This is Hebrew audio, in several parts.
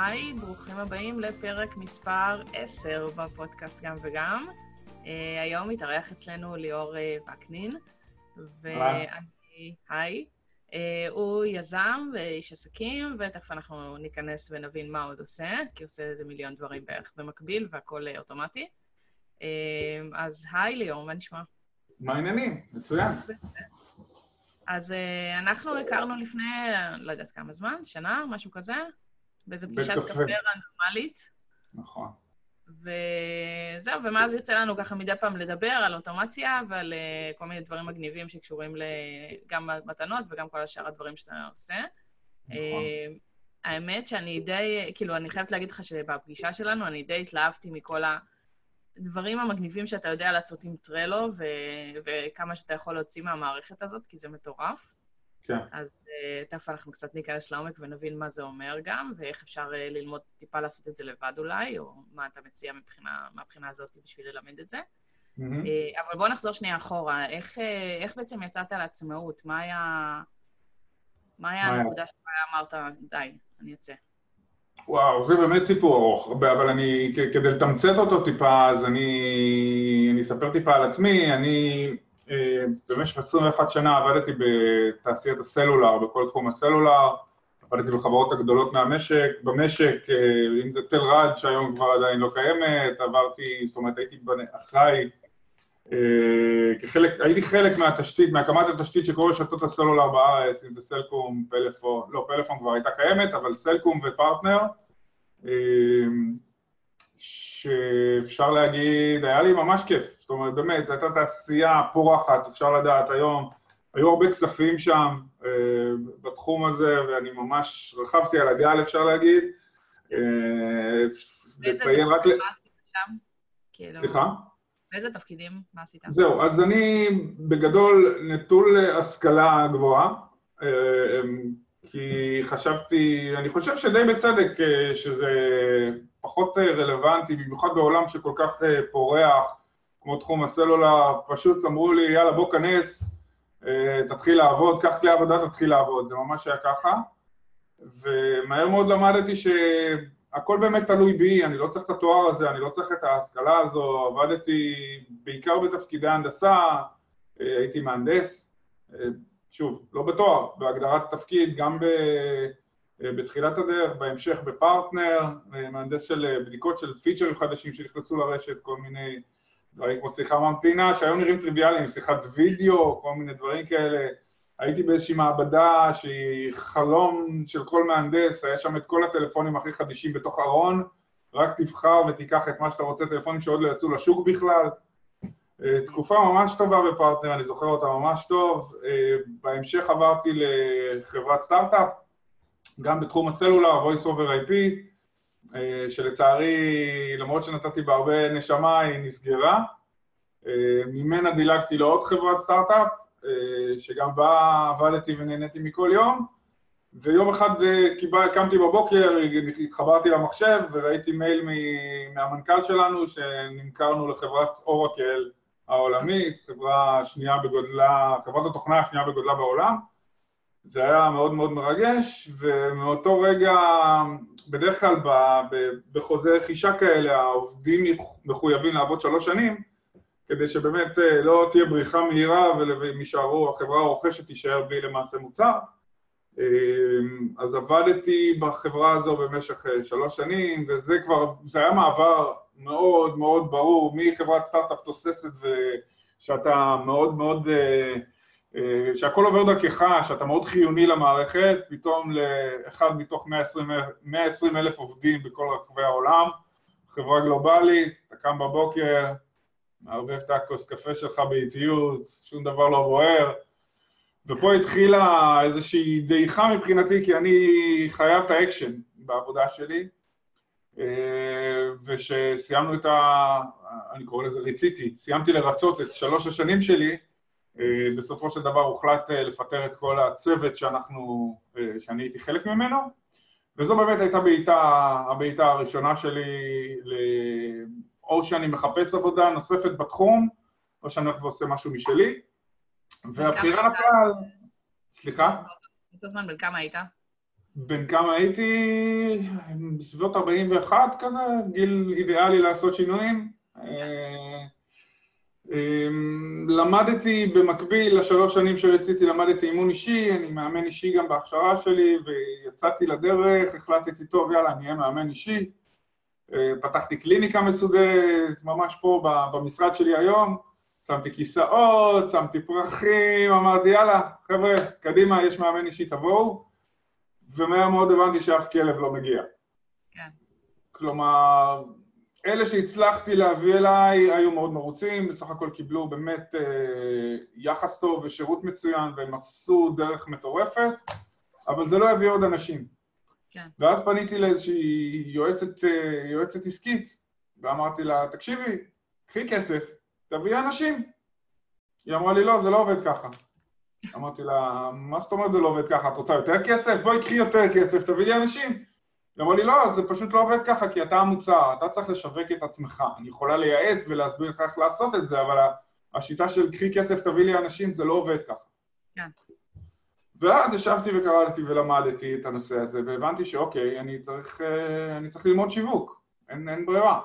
היי, ברוכים הבאים לפרק מספר 10 בפודקאסט גם וגם. היום מתארח אצלנו ליאור וקנין, היי. הוא יזם ואיש עסקים, ותכף אנחנו ניכנס ונבין מה עוד עושה, כי הוא עושה איזה מיליון דברים בערך במקביל, והכל אוטומטי. אז היי ליאור, מה נשמע? מה העניינים? מצוין. אז אנחנו הכרנו לפני, לא יודעת כמה זמן, שנה, משהו כזה, באיזו פגישת קפה רנדומלית. נכון. וזהו, ומאז יצא לנו ככה מדי פעם לדבר על אוטומציה ועל כל מיני דברים מגניבים שקשורים גם מתנות וגם כל השאר הדברים שאתה עושה. נכון. האמת שאני די, כאילו, אני חייבת להגיד לך שבפגישה שלנו אני די התלהבתי מכל הדברים המגניבים שאתה יודע לעשות עם טרלו, וכמה שאתה יכול להוציא מהמערכת הזאת, כי זה מטורף. כן. אז תכף אנחנו קצת ניכנס לעומק ונבין מה זה אומר גם, ואיך אפשר ללמוד טיפה לעשות את זה לבד אולי, או מה אתה מציע מהבחינה הזאת בשביל ללמד את זה. אבל בואו נחזור שנייה אחורה. איך בעצם יצאת לעצמאות? מה היה הנקודה שבה אמרת, די, אני אצא? וואו, זה באמת סיפור ארוך, אבל אני, כדי לתמצת אותו טיפה, אז אני אספר טיפה על עצמי. אני במשך 21 שנה עבדתי בתעשיית הסלולר, בכל תחום הסלולר, עבדתי בחברות הגדולות במשק, אם זה טלרד שהיום כבר עדיין לא קיימת, זאת אומרת, הייתי אחראי, הייתי חלק מהתשתית, מהקמת התשתית שכל רשתות הסלולר בארץ, אם זה סלקום, פלאפון, לא, פלאפון כבר הייתה קיימת, אבל סלקום ופרטנר, שאפשר להגיד, היה לי ממש כיף. זאת אומרת, באמת, זו הייתה תעשייה פורחת, אפשר לדעת היום, היו הרבה כספים שם בתחום הזה, ואני ממש רכבתי על הגל, אפשר להגיד. באיזה תפקידים מה עשית שם? סליחה? באיזה תפקידים מה עשית? זהו, אז אני בגדול נטול השכלה גבוהה, כי אני חושב שדי בצדק שזה פחות רלוונטי, במיוחד בעולם שכל כך פורח, כמו תחום הסלולר. פשוט אמרו לי, יאללה בוא כנס, תתחיל לעבוד, קח כלי עבודה, תתחיל לעבוד. זה ממש היה ככה, ומהר מאוד למדתי שהכל באמת תלוי בי, אני לא צריך את התואר הזה, אני לא צריך את ההשכלה הזו. עבדתי בעיקר בתפקידי הנדסה, הייתי מהנדס, שוב, לא בתואר, בהגדרת התפקיד, גם בתחילת הדרך, בהמשך בפרטנר, מהנדס של בדיקות של פיצ'רים חדשים שנכנסו לרשת, כל מיני דברים כמו שיחה ממתינה, שהיום נראים טריוויאליים, שיחת וידאו, כל מיני דברים כאלה. הייתי באיזושהי מעבדה שהיא חלום של כל מהנדס, היה שם את כל הטלפונים הכי חדישים בתוך ארון, רק תבחר ותיקח את מה שאתה רוצה, טלפונים שעוד לא יצאו לשוק בכלל. תקופה ממש טובה בפרטנר, אני זוכר אותה ממש טוב. בהמשך עברתי לחברת סטארט-אפ, גם בתחום הסלולר, Voice over IP, שלצערי, למרות שנתתי בהרבה נשמה, היא נסגרה. ממנה דילגתי לעוד חברת סטארט-אפ, שגם בה עבדתי ונהניתי מכל יום, ויום אחד קמתי בבוקר, התחברתי למחשב וראיתי מייל מהמנכ"ל שלנו שנמכרנו לחברת אורקל העולמית, חברת התוכנה השנייה בגודלה בעולם. זה היה מאוד מאוד מרגש, ומאותו רגע, בדרך כלל בחוזה רכישה כאלה, העובדים מחויבים לעבוד 3 שנים, כדי שבאמת לא תהיה בריחה מהירה החברה הרוכשת תישאר בלי למעשה מוצר. אז עבדתי בחברה הזו במשך 3 שנים, וזה היה מעבר מאוד מאוד ברור, מחברת סטארט-אפ תוססת ושאתה מאוד מאוד, שהכל עובר דרכך, שאתה מאוד חיוני למערכת, פתאום לאחד מתוך 120 אלף עובדים בכל רחבי העולם, חברה גלובלית, אתה קם בבוקר, מערבב את הכוס קפה שלך באיטיות, שום דבר לא בוער, ופה התחילה איזושהי דעיכה מבחינתי, כי אני חייב את האקשן בעבודה שלי, ושסיימנו אני קורא לזה סיימתי לרצות את 3 השנים שלי, בסופו של דבר הוחלט לפטר את כל הצוות שאני הייתי חלק ממנו, וזו באמת הייתה הבעיטה הראשונה שלי, או שאני מחפש עבודה נוספת בתחום, או שאני הולך ועושה משהו משלי, והבחירה נפלה, סליחה? באותו זמן, בן כמה היית? בן כמה הייתי? בסביבות 41 כזה, גיל אידיאלי לעשות שינויים. למדתי במקביל לשלוש שנים שרציתי, למדתי אימון אישי, אני מאמן אישי גם בהכשרה שלי, ויצאתי לדרך, החלטתי טוב, יאללה, אני אהיה מאמן אישי. פתחתי קליניקה מסודרת, ממש פה במשרד שלי היום, שמתי כיסאות, שמתי פרחים, אמרתי, יאללה, חבר'ה, קדימה, יש מאמן אישי, תבואו, ומהר מאוד הבנתי שאף כלב לא מגיע. כן. כלומר, אלה שהצלחתי להביא אליי היו מאוד מרוצים, בסך הכל קיבלו באמת יחס טוב ושירות מצוין, והם עשו דרך מטורפת, אבל זה לא יביא עוד אנשים. כן. ואז פניתי לאיזושהי יועצת עסקית, ואמרתי לה, תקשיבי, קחי כסף, תביאי אנשים. היא אמרה לי, לא, זה לא עובד ככה. אמרתי לה, מה זאת אומרת זה לא עובד ככה? את רוצה יותר כסף? בואי, קחי יותר כסף, תביא לי אנשים. היא אמרה לי, לא, זה פשוט לא עובד ככה, כי אתה המוצר, אתה צריך לשווק את עצמך. אני יכולה לייעץ ולהסביר לך איך לעשות את זה, אבל השיטה של קחי כסף, תביא לי אנשים, זה לא עובד ככה. כן. ואז ישבתי וקראתי ולמדתי את הנושא הזה, והבנתי שאוקיי, אני צריך ללמוד שיווק, אין ברירה.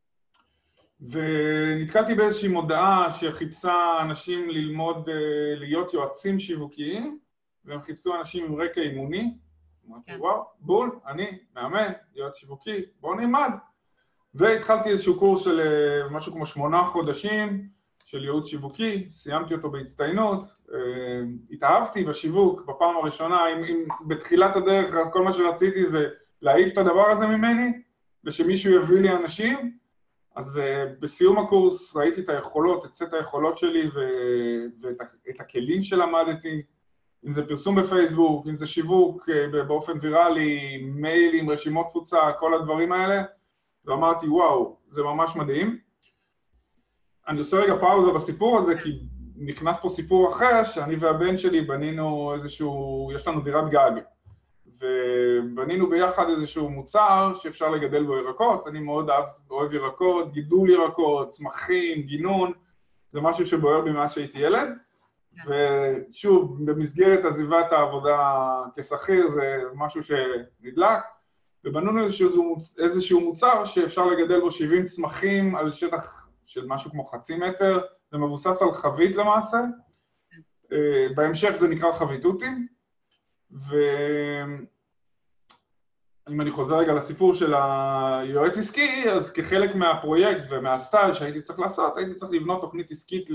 ונתקלתי באיזושהי מודעה שחיפשה אנשים ללמוד להיות יועצים שיווקיים, והם חיפשו אנשים עם רקע אימוני. אמרתי, וואו, בול, אני מאמן, יועץ שיווקי, בואו נלמד. והתחלתי איזשהו קורס של משהו כמו 8 חודשים של ייעוץ שיווקי, סיימתי אותו בהצטיינות, התאהבתי בשיווק בפעם הראשונה, בתחילת הדרך כל מה שרציתי זה להעיף את הדבר הזה ממני, ושמישהו יביא לי אנשים, אז בסיום הקורס ראיתי את היכולות, את סט היכולות שלי ואת הכלים שלמדתי, אם זה פרסום בפייסבוק, אם זה שיווק באופן ויראלי, מיילים, רשימות תפוצה, כל הדברים האלה, ואמרתי, וואו, זה ממש מדהים. אני עושה רגע פאוזה בסיפור הזה, כי נכנס פה סיפור אחר, שאני והבן שלי בנינו איזשהו, יש לנו דירת גג, ובנינו ביחד איזשהו מוצר שאפשר לגדל בו ירקות. אני מאוד אוהב ירקות, גידול ירקות, צמחים, גינון, זה משהו שבוער בי מאז שהייתי ילד. ושוב, במסגרת עזיבת העבודה כשכיר זה משהו שנדלק, ובנינו איזשהו מוצר שאפשר לגדל בו 70 צמחים על שטח של משהו כמו 0.5 מטר, זה מבוסס על חבית למעשה, בהמשך זה נקרא חביתותים, ואם אני חוזר רגע לסיפור של היועץ עסקי, אז כחלק מהפרויקט ומהסטאז' שהייתי צריך לעשות, הייתי צריך לבנות תוכנית עסקית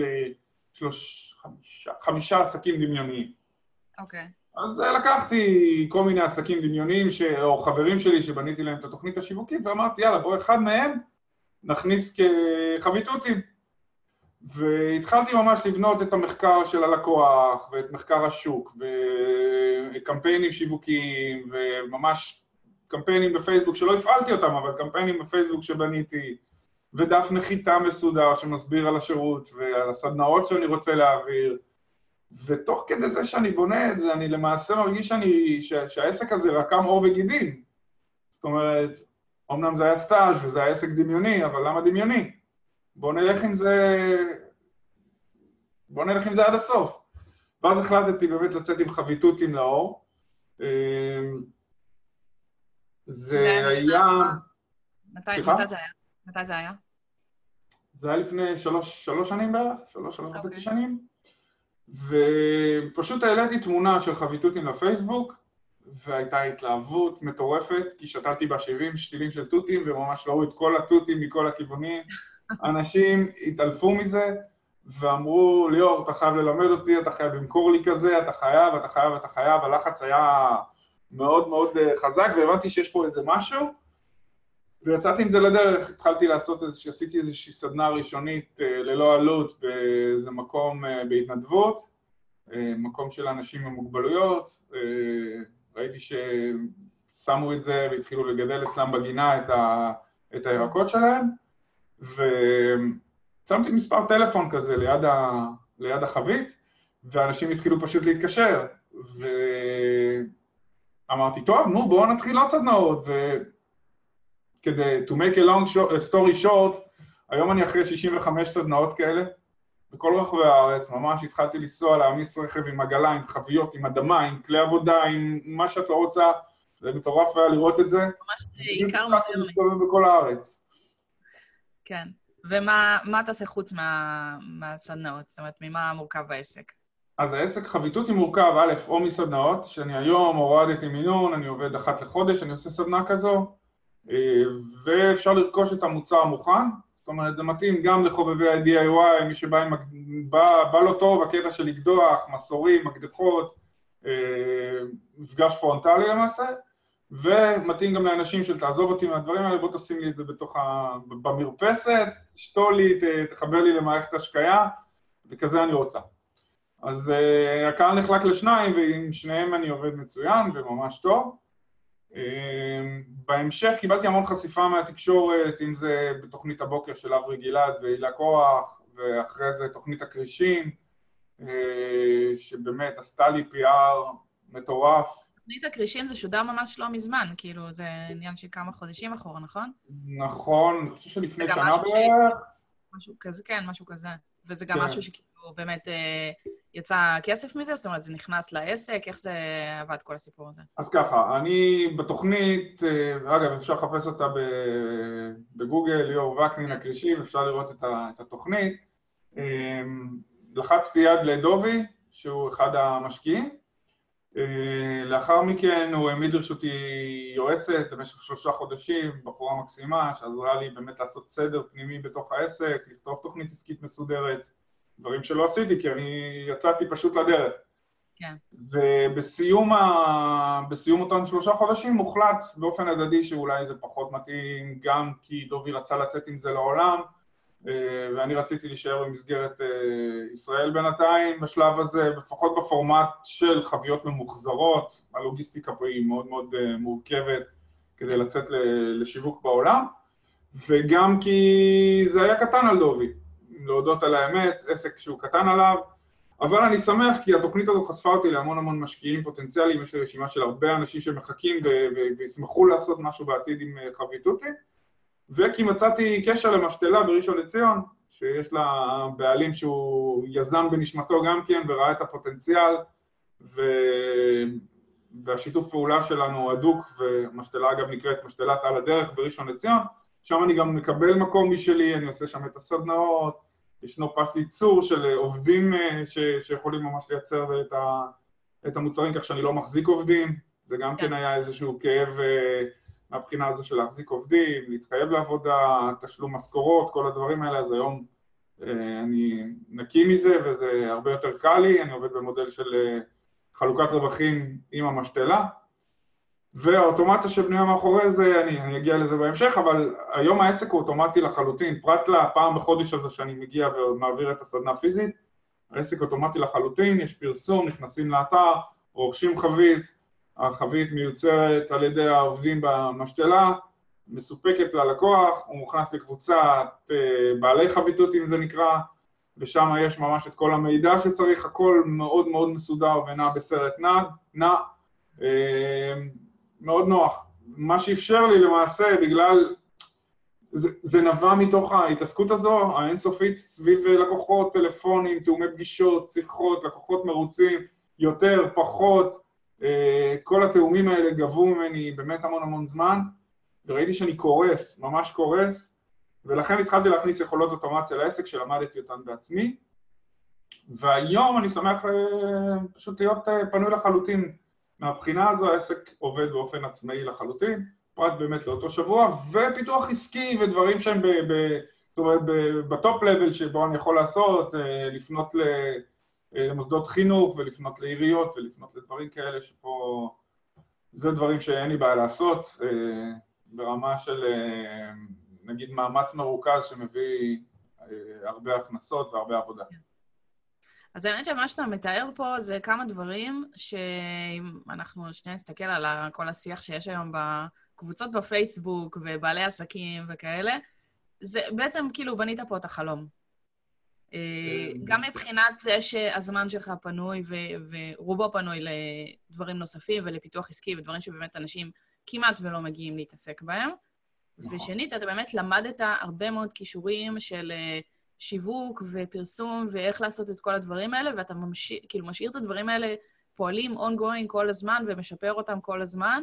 ל5 עסקים דמיוניים. אוקיי. אז לקחתי כל מיני עסקים דמיוניים, או חברים שלי שבניתי להם את התוכנית השיווקית, ואמרתי, יאללה, בוא אחד מהם נכניס כחביתותים. והתחלתי ממש לבנות את המחקר של הלקוח, ואת מחקר השוק, וקמפיינים שיווקיים, וממש קמפיינים בפייסבוק שלא הפעלתי אותם, אבל קמפיינים בפייסבוק שבניתי, ודף נחיתה מסודר שמסביר על השירות ועל הסדנאות שאני רוצה להעביר. ותוך כדי זה שאני בונה את זה, אני למעשה מרגיש שהעסק הזה רקם עור וגידים. זאת אומרת, אמנם זה היה סטאז' וזה היה עסק דמיוני, אבל למה דמיוני? בוא נלך עם זה עד הסוף. ואז החלטתי באמת לצאת עם חביתותים לאור. זה היה... מתי זה היה? מתי זה היה? זה היה לפני 3 שנים בערך, 3.5 שנים. ופשוט העליתי תמונה של חביתותים לפייסבוק, והייתה התלהבות מטורפת, כי שתלתי ב70 שתילים של תותים, וממש ראו את כל התותים מכל הכיוונים. אנשים התעלפו מזה, ואמרו, ליאור, אתה חייב ללמד אותי, אתה חייב למכור לי כזה, אתה חייב, הלחץ היה מאוד מאוד חזק, והבנתי שיש פה איזה משהו, ויצאתי עם זה לדרך, התחלתי עשיתי איזושהי סדנה ראשונית ללא עלות באיזה מקום בהתנדבות, מקום של אנשים עם מוגבלויות, ראיתי ששמו את זה והתחילו לגדל אצלם בגינה את הירקות שלהם, ושמתי מספר טלפון כזה ליד החבית, ואנשים התחילו פשוט להתקשר, ואמרתי, טוב, נו, בואו נתחיל עוד סדנאות, כדי to make a long story short, היום אני אחרי 65 סדנאות כאלה, בכל רחבי הארץ, ממש התחלתי לנסוע להעמיס רכב עם עגלה, עם חביות, עם אדמה, עם כלי עבודה, עם מה שאת לא רוצה, זה מטורף היה לראות את זה. ממש עיקר מודרני. מסתובב בכל הארץ. כן. ומה תעשה חוץ מהסדנאות? זאת אומרת, ממה מורכב העסק? אז העסק חביתותי מורכב, א', או מסדנאות, שאני היום הורדתי מינון, אני עובד אחת לחודש, אני עושה סדנה כזו, ואפשר לרכוש את המוצר המוכן, זאת אומרת, זה מתאים גם לחובבי ה-DIY, מי שבא לו טוב, הקטע של לקדוח, מסורים, מקדחות, מפגש פרונטלי למעשה, ומתאים גם לאנשים של תעזוב אותי מהדברים האלה, בוא תשים לי את זה במרפסת, תשתול לי, תחבר לי למערכת השקיה, וכזה אני רוצה. אז הקהל נחלק לשניים, ועם שניהם אני עובד מצוין וממש טוב. בהמשך קיבלתי המון חשיפה מהתקשורת, אם זה בתוכנית הבוקר של אברי גלעד והילה כוח, ואחרי זה תוכנית הקרישים, שבאמת עשתה לי PR מטורף. תוכנית הקרישים זה שודר ממש לא מזמן, כאילו זה עניין של כמה חודשים אחורה, נכון? נכון, אני חושב שלפני שנה בערך. משהו כזה, כן, משהו כזה. וזה גם משהו שכאילו באמת יצא כסף מזה? זאת אומרת, זה נכנס לעסק? איך זה עבד כל הסיפור הזה? אז ככה, אני בתוכנית, אגב, אפשר לחפש אותה בגוגל, ליאור וקנין הקרישים, אפשר לראות את התוכנית. לחצתי יד לדובי, שהוא אחד המשקיעים. לאחר מכן הוא העמיד לרשותי יועצת במשך 3 חודשים, בחורה מקסימה, שעזרה לי באמת לעשות סדר פנימי בתוך העסק, לכתוב תוכנית עסקית מסודרת, דברים שלא עשיתי, כי אני יצאתי פשוט לדרך. כן. ובסיום אותם 3 חודשים מוחלט באופן הדדי שאולי זה פחות מתאים, גם כי דובי רצה לצאת עם זה לעולם, ואני רציתי להישאר במסגרת ישראל בינתיים, בשלב הזה, לפחות בפורמט של חביות ממוחזרות, הלוגיסטיקה פה היא מאוד מאוד מורכבת כדי לצאת לשיווק בעולם, וגם כי זה היה קטן על דובי, להודות על האמת, עסק שהוא קטן עליו, אבל אני שמח כי התוכנית הזאת חשפה אותי להמון המון משקיעים פוטנציאליים, יש רשימה של הרבה אנשים שמחכים וישמחו לעשות משהו בעתיד עם חביתותי, וכי מצאתי קשר למשתלה בראשון לציון, שיש לה בעלים שהוא יזם בנשמתו גם כן, וראה את הפוטנציאל, והשיתוף פעולה שלנו הדוק, ומשתלה אגב נקראת משתלת על הדרך בראשון לציון, שם אני גם מקבל מקום משלי, אני עושה שם את הסדנאות, ישנו פס ייצור של עובדים שיכולים ממש לייצר את המוצרים, כך שאני לא מחזיק עובדים, זה גם כן היה איזשהו כאב מהבחינה הזו של להחזיק עובדים, להתחייב לעבודה, תשלום משכורות, כל הדברים האלה, אז היום אני נקי מזה וזה הרבה יותר קל לי, אני עובד במודל של חלוקת רווחים עם המשתלה, והאוטומציה שבנויה מאחורי זה, אני אגיע לזה בהמשך, אבל היום העסק הוא אוטומטי לחלוטין, פרט לפעם בחודש הזה שאני מגיע ומעביר את הסדנה פיזית, העסק אוטומטי לחלוטין, יש פרסום, נכנסים לאתר, רוכשים חבית, החבית מיוצרת על ידי העובדים במשתלה, מסופקת ללקוח, הוא מוכנס לקבוצת בעלי חביתות אם זה נקרא, ושם יש ממש את כל המידע שצריך, הכל מאוד מאוד מסודר ונע בסרט נע, מאוד נוח. מה שאפשר לי למעשה בגלל, זה נבע מתוך ההתעסקות הזו, האינסופית סביב לקוחות, טלפונים, תאומי פגישות, שיחות, לקוחות מרוצים, יותר, פחות, כל התאומים האלה גבו ממני באמת המון המון זמן, וראיתי שאני קורס, ממש קורס, ולכן התחלתי להכניס יכולות אוטומציה לעסק שלמדתי אותן בעצמי, והיום אני שמח פשוט להיות פנוי לחלוטין. מהבחינה הזו העסק עובד באופן עצמאי לחלוטין, פרט באמת לאותו שבוע, ופיתוח עסקי ודברים שהם בטופ לבל שבו אני יכול לעשות, לפנות למוסדות חינוך ולפנות לעיריות ולפנות לדברים כאלה שפה זה דברים שאין לי בעיה לעשות, ברמה של נגיד מאמץ מרוכז שמביא הרבה הכנסות והרבה עבודה. אז האמת שמה שאתה מתאר פה זה כמה דברים שאם אנחנו שנייה נסתכל על כל השיח שיש היום בקבוצות בפייסבוק ובעלי עסקים וכאלה, זה בעצם כאילו בנית פה את החלום. גם מבחינת זה שהזמן שלך פנוי ורובו פנוי לדברים נוספים ולפיתוח עסקי ודברים שבאמת אנשים כמעט ולא מגיעים להתעסק בהם. ושנית, אתה באמת למדת הרבה מאוד כישורים של שיווק ופרסום ואיך לעשות את כל הדברים האלה, ואתה כאילו משאיר את הדברים האלה פועלים ongoing כל הזמן ומשפר אותם כל הזמן,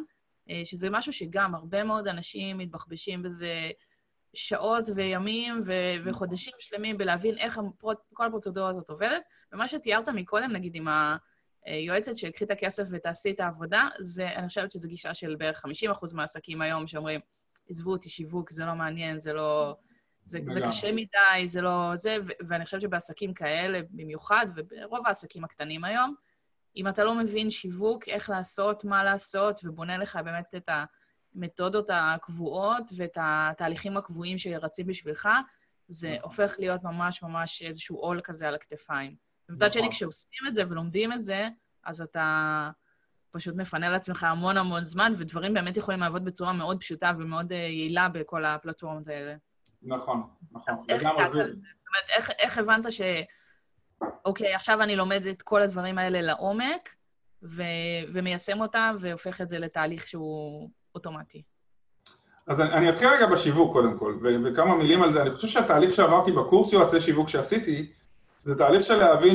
שזה משהו שגם הרבה מאוד אנשים מתבחבשים בזה שעות וימים וחודשים שלמים בלהבין איך כל הפרוצדורה הזאת עובדת. ומה שתיארת מקודם, נגיד עם היועצת שיקחי את הכסף ותעשי את העבודה, אני חושבת שזו גישה של בערך 50% מהעסקים היום שאומרים, עזבו אותי שיווק, זה לא מעניין, זה לא... זה קשה מדי, זה לא... ואני חושבת שבעסקים כאלה במיוחד, וברוב העסקים הקטנים היום, אם אתה לא מבין שיווק, איך לעשות, מה לעשות, ובונה לך באמת את המתודות הקבועות ואת התהליכים הקבועים שרצים בשבילך, זה הופך להיות ממש ממש איזשהו עול כזה על הכתפיים. ומצד שני, כשעושים את זה ולומדים את זה, אז אתה פשוט מפנה לעצמך המון המון זמן, ודברים באמת יכולים לעבוד בצורה מאוד פשוטה ומאוד יעילה בכל הפלטפורמות האלה. נכון, נכון. אז איך הגעת לזה? זאת אומרת, איך הבנת אוקיי, עכשיו אני לומד את כל הדברים האלה לעומק, ומיישם אותם, והופך את זה לתהליך שהוא אוטומטי. אז אני אתחיל רגע בשיווק קודם כל, וכמה מילים על זה. אני חושב שהתהליך שעברתי בקורס יועצי שיווק שעשיתי, זה תהליך של להבין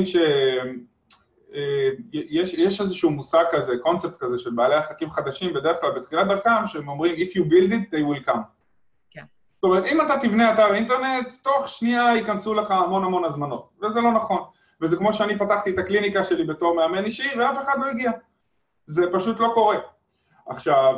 שיש איזשהו מושג כזה, קונספט כזה של בעלי עסקים חדשים, בדרך כלל בתחילת דרכם, שהם אומרים, if you build it, they will come. כן. זאת אומרת, אם אתה תבנה אתר אינטרנט, תוך שנייה ייכנסו לך המון המון הזמנות, וזה לא נכון. וזה כמו שאני פתחתי את הקליניקה שלי בתור מאמן אישי, ואף אחד לא הגיע. זה פשוט לא קורה. עכשיו,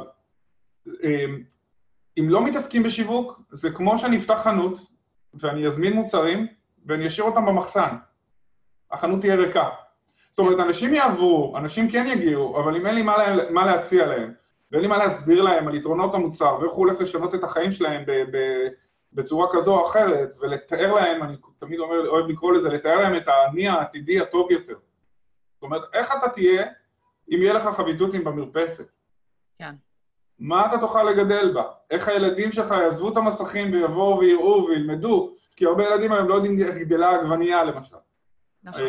אם לא מתעסקים בשיווק, זה כמו שאני אפתח חנות, ואני אזמין מוצרים, ואני אשאיר אותם במחסן. החנות תהיה ריקה. זאת אומרת, אנשים יעברו, אנשים כן יגיעו, אבל אם אין לי מה להציע להם, ואין לי מה להסביר להם על יתרונות המוצר, ואיך הוא הולך לשנות את החיים שלהם בצורה כזו או אחרת, ולתאר להם, אני תמיד אוהב לקרוא לזה, לתאר להם את האני העתידי הטוב יותר. זאת אומרת, איך אתה תהיה אם יהיה לך חביתותים במרפסת? כן. מה אתה תוכל לגדל בה? איך הילדים שלך יעזבו את המסכים ויבואו ויראו וילמדו? כי הרבה ילדים היום לא יודעים איך גדלה עגבנייה, למשל. נכון.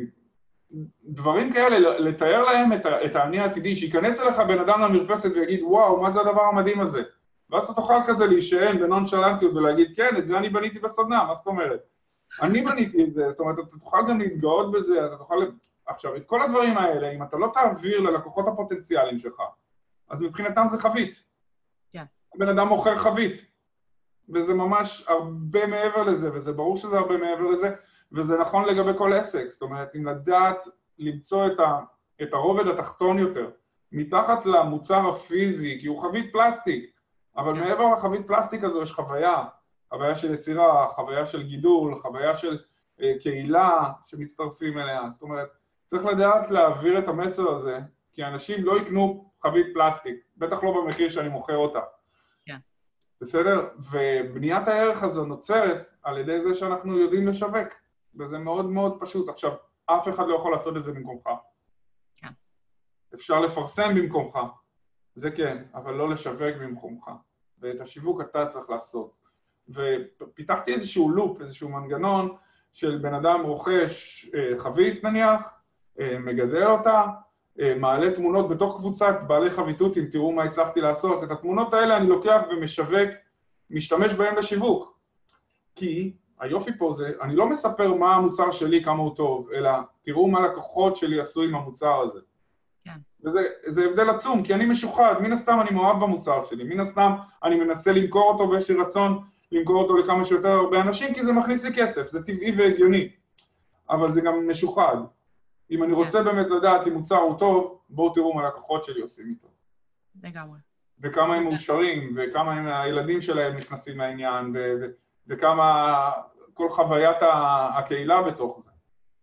דברים כאלה, לתאר להם את האני העתידי, שיכנס אליך בן אדם למרפסת ויגיד, וואו, מה זה הדבר המדהים הזה? ואז אתה תוכל כזה להישען בנונשלנטיות ולהגיד, כן, את זה אני בניתי בסדנה, מה זאת אומרת? אני בניתי את זה, זאת אומרת, אתה תוכל גם להתגאות בזה, אתה תוכל... עכשיו, את כל הדברים האלה, אם אתה לא תעביר ללקוחות הפוטנציאליים שלך, אז מבחינתם זה חבית. כן. הבן אדם מוכר חבית, וזה ממש הרבה מעבר לזה, וזה ברור שזה הרבה מעבר לזה, וזה נכון לגבי כל עסק, זאת אומרת, אם לדעת למצוא את הרובד התחתון יותר, מתחת למוצר הפיזי, כי הוא חבית פלסטיק, אבל מעבר לחבית פלסטיק הזו יש חוויה, חוויה של יצירה, חוויה של גידול, חוויה של קהילה שמצטרפים אליה, זאת אומרת, צריך לדעת להעביר את המסר הזה, כי אנשים לא יקנו חבית פלסטיק, בטח לא במחיר שאני מוכר אותה. כן. בסדר? ובניית הערך הזו נוצרת על ידי זה שאנחנו יודעים לשווק, וזה מאוד מאוד פשוט. עכשיו, אף אחד לא יכול לעשות את זה במקומך. כן. אפשר לפרסם במקומך, זה כן, אבל לא לשווק במקומך. ואת השיווק אתה צריך לעשות. ופיתחתי איזשהו לופ, איזשהו מנגנון של בן אדם רוכש חבית נניח, מגדל אותה, מעלה תמונות בתוך קבוצת בעלי חביתות, אם תראו מה הצלחתי לעשות. את התמונות האלה אני לוקח ומשווק, משתמש בהן לשיווק. כי היופי פה זה, אני לא מספר מה המוצר שלי, כמה הוא טוב, אלא תראו מה לקוחות שלי עשו עם המוצר הזה. כן. וזה הבדל עצום, כי אני משוחד, מן הסתם אני מאוהב במוצר שלי, מן הסתם אני מנסה למכור אותו ויש לי רצון למכור אותו לכמה שיותר הרבה אנשים, כי זה מכניס לי כסף, זה טבעי והגיוני. אבל זה גם משוחד. אם אני רוצה באמת לדעת אם מוצר הוא טוב, בואו תראו מה לקוחות שלי עושים איתו. לגמרי. וכמה הם מאושרים, וכמה הילדים שלהם נכנסים לעניין, וכמה כל חוויית הקהילה בתוך זה.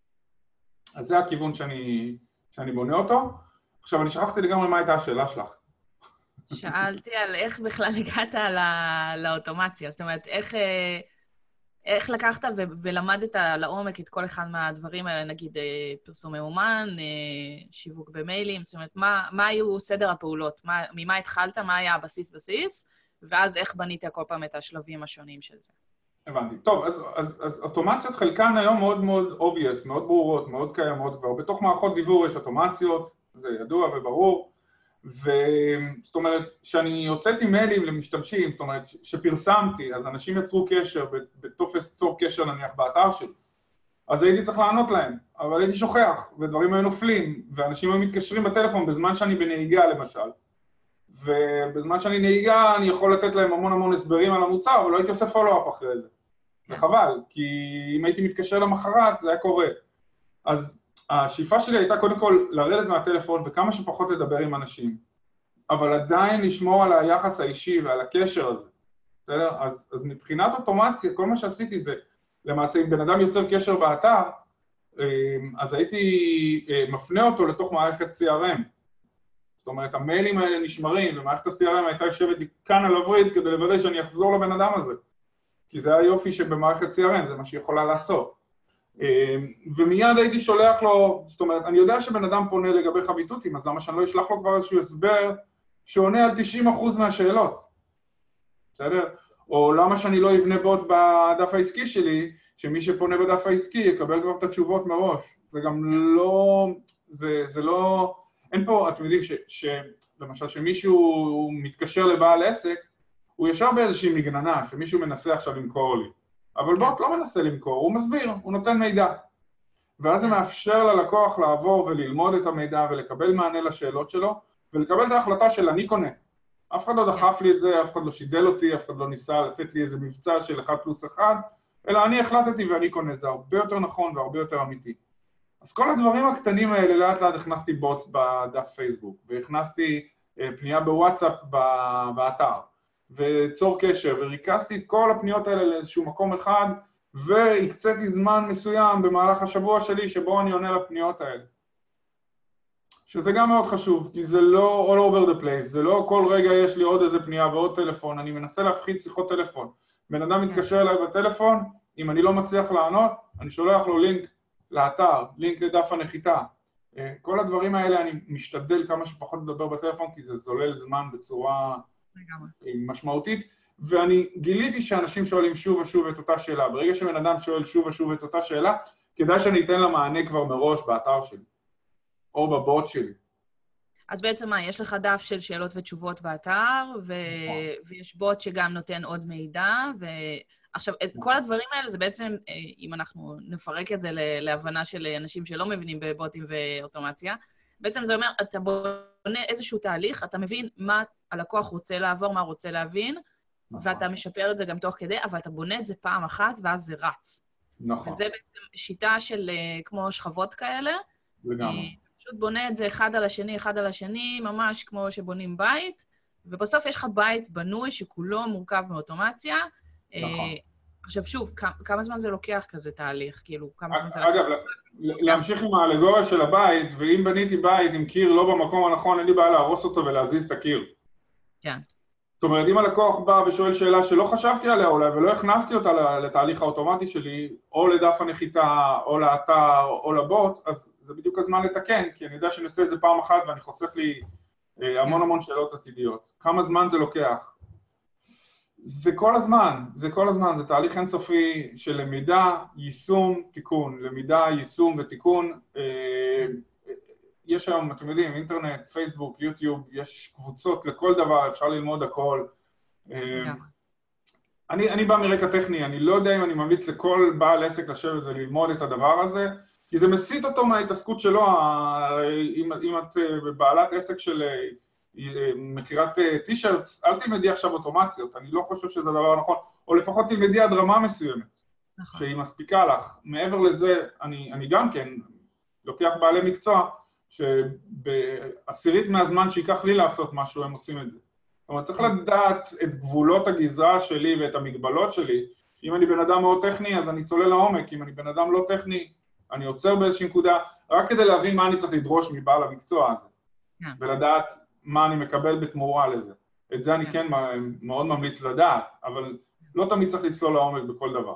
אז זה הכיוון שאני בונה אותו. עכשיו, אני שכחתי לגמרי מה הייתה השאלה שלך. שאלתי על איך בכלל הגעת לאוטומציה, זאת אומרת, איך לקחת ולמדת לעומק את כל אחד מהדברים האלה, נגיד פרסום מאומן, שיווק במיילים, זאת אומרת, מה היו סדר הפעולות? ממה התחלת? מה היה הבסיס, ואז איך בנית כל פעם את השלבים השונים של זה? הבנתי. טוב, אז אוטומציות חלקן היום מאוד מאוד obvious, מאוד ברורות, מאוד קיימות כבר. בתוך מערכות דיוור יש אוטומציות, זה ידוע וברור. זאת אומרת, שאני הוצאתי מיילים למשתמשים, זאת אומרת, שפרסמתי, אז אנשים יצרו קשר, בטופס צור קשר נניח באתר שלי. אז הייתי צריך לענות להם, אבל הייתי שוכח, ודברים היו נופלים, ואנשים היו מתקשרים בטלפון בזמן שאני בנהיגה למשל. ובזמן שאני נהיגה, אני יכול לתת להם המון הסברים על המוצר, אבל לא הייתי עושה פולו-אפ אחרי זה. וחבל, כי אם הייתי מתקשר למחרת, זה היה קורה. אז השאיפה שלי הייתה קודם כל לרדת מהטלפון וכמה שפחות לדבר עם אנשים, אבל עדיין לשמור על היחס האישי ועל הקשר הזה. בסדר? אז מבחינת אוטומציה, כל מה שעשיתי זה, למעשה, אם בן אדם יוצר קשר באתר, אז הייתי מפנה אותו לתוך מערכת CRM. זאת אומרת, המיילים האלה נשמרים, ומערכת ה-CRM הייתה יושבת לי כאן על הווריד כדי לוודא שאני אחזור לבן אדם הזה. כי זה היופי שבמערכת CRM, זה מה שהיא יכולה לעשות. ומיד הייתי שולח לו, זאת אומרת, אני יודע שבן אדם פונה לגבי חביתותים, אז למה שאני לא אשלח לו כבר איזשהו הסבר שעונה על 90% מהשאלות? בסדר? או למה שאני לא אבנה בוט בדף העסקי שלי, שמי שפונה בדף העסקי יקבל כבר את התשובות מראש. זה גם לא, זה לא, אין פה, אתם יודעים למשל שמישהו מתקשר לבעל עסק, הוא ישר באיזושהי מגננה, שמישהו מנסה עכשיו למכור לי. אבל בוט לא מנסה למכור, הוא מסביר, הוא נותן מידע. ואז זה מאפשר ללקוח לעבור וללמוד את המידע ולקבל מענה לשאלות שלו, ולקבל את ההחלטה של אני קונה. אף אחד לא דחף לי את זה, אף אחד לא שידל אותי, אף אחד לא ניסה לתת לי איזה מבצע של 1+1, אלא אני החלטתי ואני קונה, זה הרבה יותר נכון והרבה יותר אמיתי. אז כל הדברים הקטנים האלה לאט לאט הכנסתי בוט בדף פייסבוק, והכנסתי פנייה בוואטסאפ באתר, וצור קשר, וריכזתי את כל הפניות האלה לאיזשהו מקום אחד, והקציתי זמן מסוים במהלך השבוע שלי שבו אני עונה לפניות האלה. שזה גם מאוד חשוב, כי זה לא all over the place, זה לא כל רגע יש לי עוד איזה פנייה ועוד טלפון, אני מנסה להפחית שיחות טלפון. בן אדם מתקשר אליי בטלפון, אם אני לא מצליח לענות, אני שולח לו לינק לאתר, לינק לדף הנחיתה. כל הדברים האלה אני משתדל כמה שפחות לדבר בטלפון, כי זה זולל זמן בצורה משמעותית, ואני גיליתי שאנשים שואלים שוב ושוב את אותה שאלה. ברגע שבן אדם שואל שוב ושוב את אותה שאלה, כדאי שאני אתן לה מענה כבר מראש באתר שלי, או בבוט שלי. אז בעצם מה, יש לך דף של שאלות ותשובות באתר, ויש בוט שגם נותן עוד מידע, עכשיו, כל הדברים האלה זה בעצם, אם אנחנו נפרק את זה להבנה של אנשים שלא מבינים בבוטים ואוטומציה, בעצם זה אומר, אתה בונה איזשהו תהליך, אתה מבין מה הלקוח רוצה לעבור, מה רוצה להבין, ואתה משפר את זה גם תוך כדי, אבל אתה בונה את זה פעם אחת, ואז זה רץ. נכון. וזה בעצם שיטה של כמו שכבות כאלה. לגמרי. פשוט בונה את זה אחד על השני, ממש כמו שבונים בית, ובסוף יש לך בית בנוי שכולו מורכב מאוטומציה. נכון. עכשיו שוב, כמה זמן זה לוקח כזה תהליך? כאילו, כמה זמן זה לוקח? אגב, להמשיך עם האלגוריה של הבית, ואם בניתי בית עם קיר לא במקום הנכון, אין לי בעיה להרוס אותו ולהזיז את הקיר. כן. זאת אומרת, אם הלקוח בא ושואל שאלה שלא חשבתי עליה אולי, ולא הכנסתי אותה לתהליך האוטומטי שלי, או לדף הנחיתה, או לאתר, או לבוט, אז זה בדיוק הזמן לתקן, כי אני יודע שאני עושה את זה פעם אחת, ואני חוסך לי המון שאלות עתידיות. כמה זמן זה לוקח? זה כל הזמן, זה תהליך אינסופי של למידה, יישום, תיקון, למידה, יישום ותיקון. יש היום, אתם יודעים, אינטרנט, פייסבוק, יוטיוב, יש קבוצות לכל דבר, אפשר ללמוד הכל. אני בא מרקע טכני, אני לא יודע אם אני ממליץ לכל בעל עסק לשבת וללמוד את הדבר הזה, כי זה מסית אותו מההתעסקות שלו. אם את בעלת עסק של מכירת טישרטס, אל תלמדי עכשיו אוטומציות, אני לא חושב שזה דבר נכון, או לפחות תלמדי עד רמה מסוימת, שהיא מספיקה לך. מעבר לזה, אני גם כן לוקח בעלי מקצוע, שבעשירית מהזמן שיקח לי לעשות משהו, הם עושים את זה. זאת אומרת, צריך לדעת את גבולות הגזרה שלי ואת המגבלות שלי. אם אני בן אדם מאוד טכני, אז אני צולל לעומק. אם אני בן אדם לא טכני, אני עוצר באיזושהי נקודה, רק כדי להבין מה אני צריך לדרוש מבעל המקצוע הזה. ולדעת מה אני מקבל בתמורה לזה. את זה אני כן מאוד ממליץ לדעת, אבל לא תמיד צריך לצלול לעומק בכל דבר.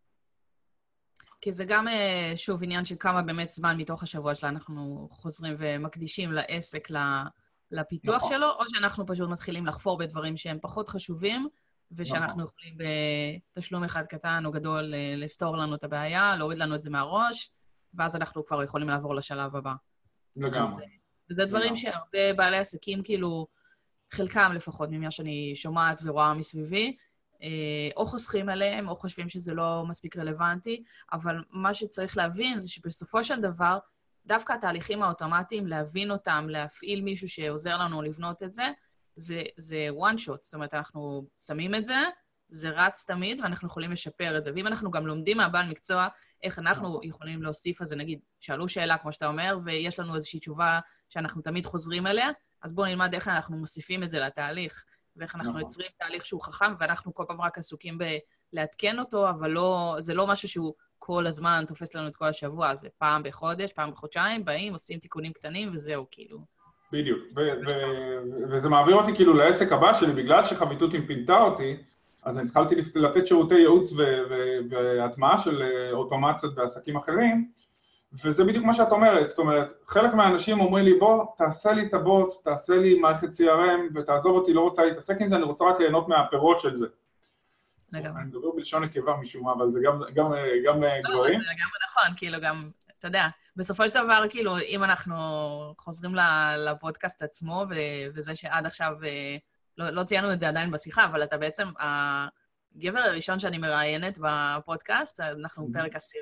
כי זה גם, שוב, עניין של כמה באמת זמן מתוך השבוע שלה אנחנו חוזרים ומקדישים לעסק, לפיתוח שלו, או שאנחנו פשוט מתחילים לחפור בדברים שהם פחות חשובים, ושאנחנו יכולים בתשלום אחד קטן או גדול לפתור לנו את הבעיה, להוריד לנו את זה מהראש, ואז אנחנו כבר יכולים לעבור לשלב הבא. לגמרי. וזה דברים שהרבה בעלי עסקים, כאילו, חלקם לפחות, ממה שאני שומעת ורואה מסביבי, או חוסכים עליהם, או חושבים שזה לא מספיק רלוונטי, אבל מה שצריך להבין זה שבסופו של דבר, דווקא התהליכים האוטומטיים, להבין אותם, להפעיל מישהו שעוזר לנו לבנות את זה, זה one shot, זאת אומרת, אנחנו שמים את זה, זה רץ תמיד, ואנחנו יכולים לשפר את זה. ואם אנחנו גם לומדים מהבעל מקצוע, איך אנחנו יכולים להוסיף על זה, נגיד, שאלו שאלה, כמו שאתה אומר, ויש לנו איזושהי תשובה שאנחנו תמיד חוזרים אליה, אז בואו נלמד איך אנחנו מוסיפים את זה לתהליך, ואיך אנחנו יוצרים תהליך שהוא חכם, ואנחנו כל פעם רק עסוקים בלעדכן אותו, אבל זה לא משהו שהוא כל הזמן תופס לנו את כל השבוע, זה פעם בחודש, פעם בחודשיים, באים, עושים תיקונים קטנים, וזהו, כאילו. בדיוק, וזה מעביר אותי כאילו לעסק הבא שלי, בגלל שחביתות פינתה אותי, אז אני התחלתי לתת שירותי ייעוץ והטמעה של אוטומציות בעסקים אחרים, וזה בדיוק מה שאת אומרת, זאת אומרת, חלק מהאנשים אומרים לי, בוא, תעשה לי את הבוט, תעשה לי מערכת CRM, ותעזוב אותי, לא רוצה להתעסק עם זה, אני רוצה רק ליהנות מהפירות של זה. אני מדבר בלשון נקבה משום מה, אבל זה גם גברים. זה גם נכון, כאילו גם, אתה יודע, בסופו של דבר, כאילו, אם אנחנו חוזרים לפודקאסט עצמו, וזה שעד עכשיו, לא ציינו את זה עדיין בשיחה, אבל אתה בעצם, הגבר הראשון שאני מראיינת בפודקאסט, אנחנו בפרק 10,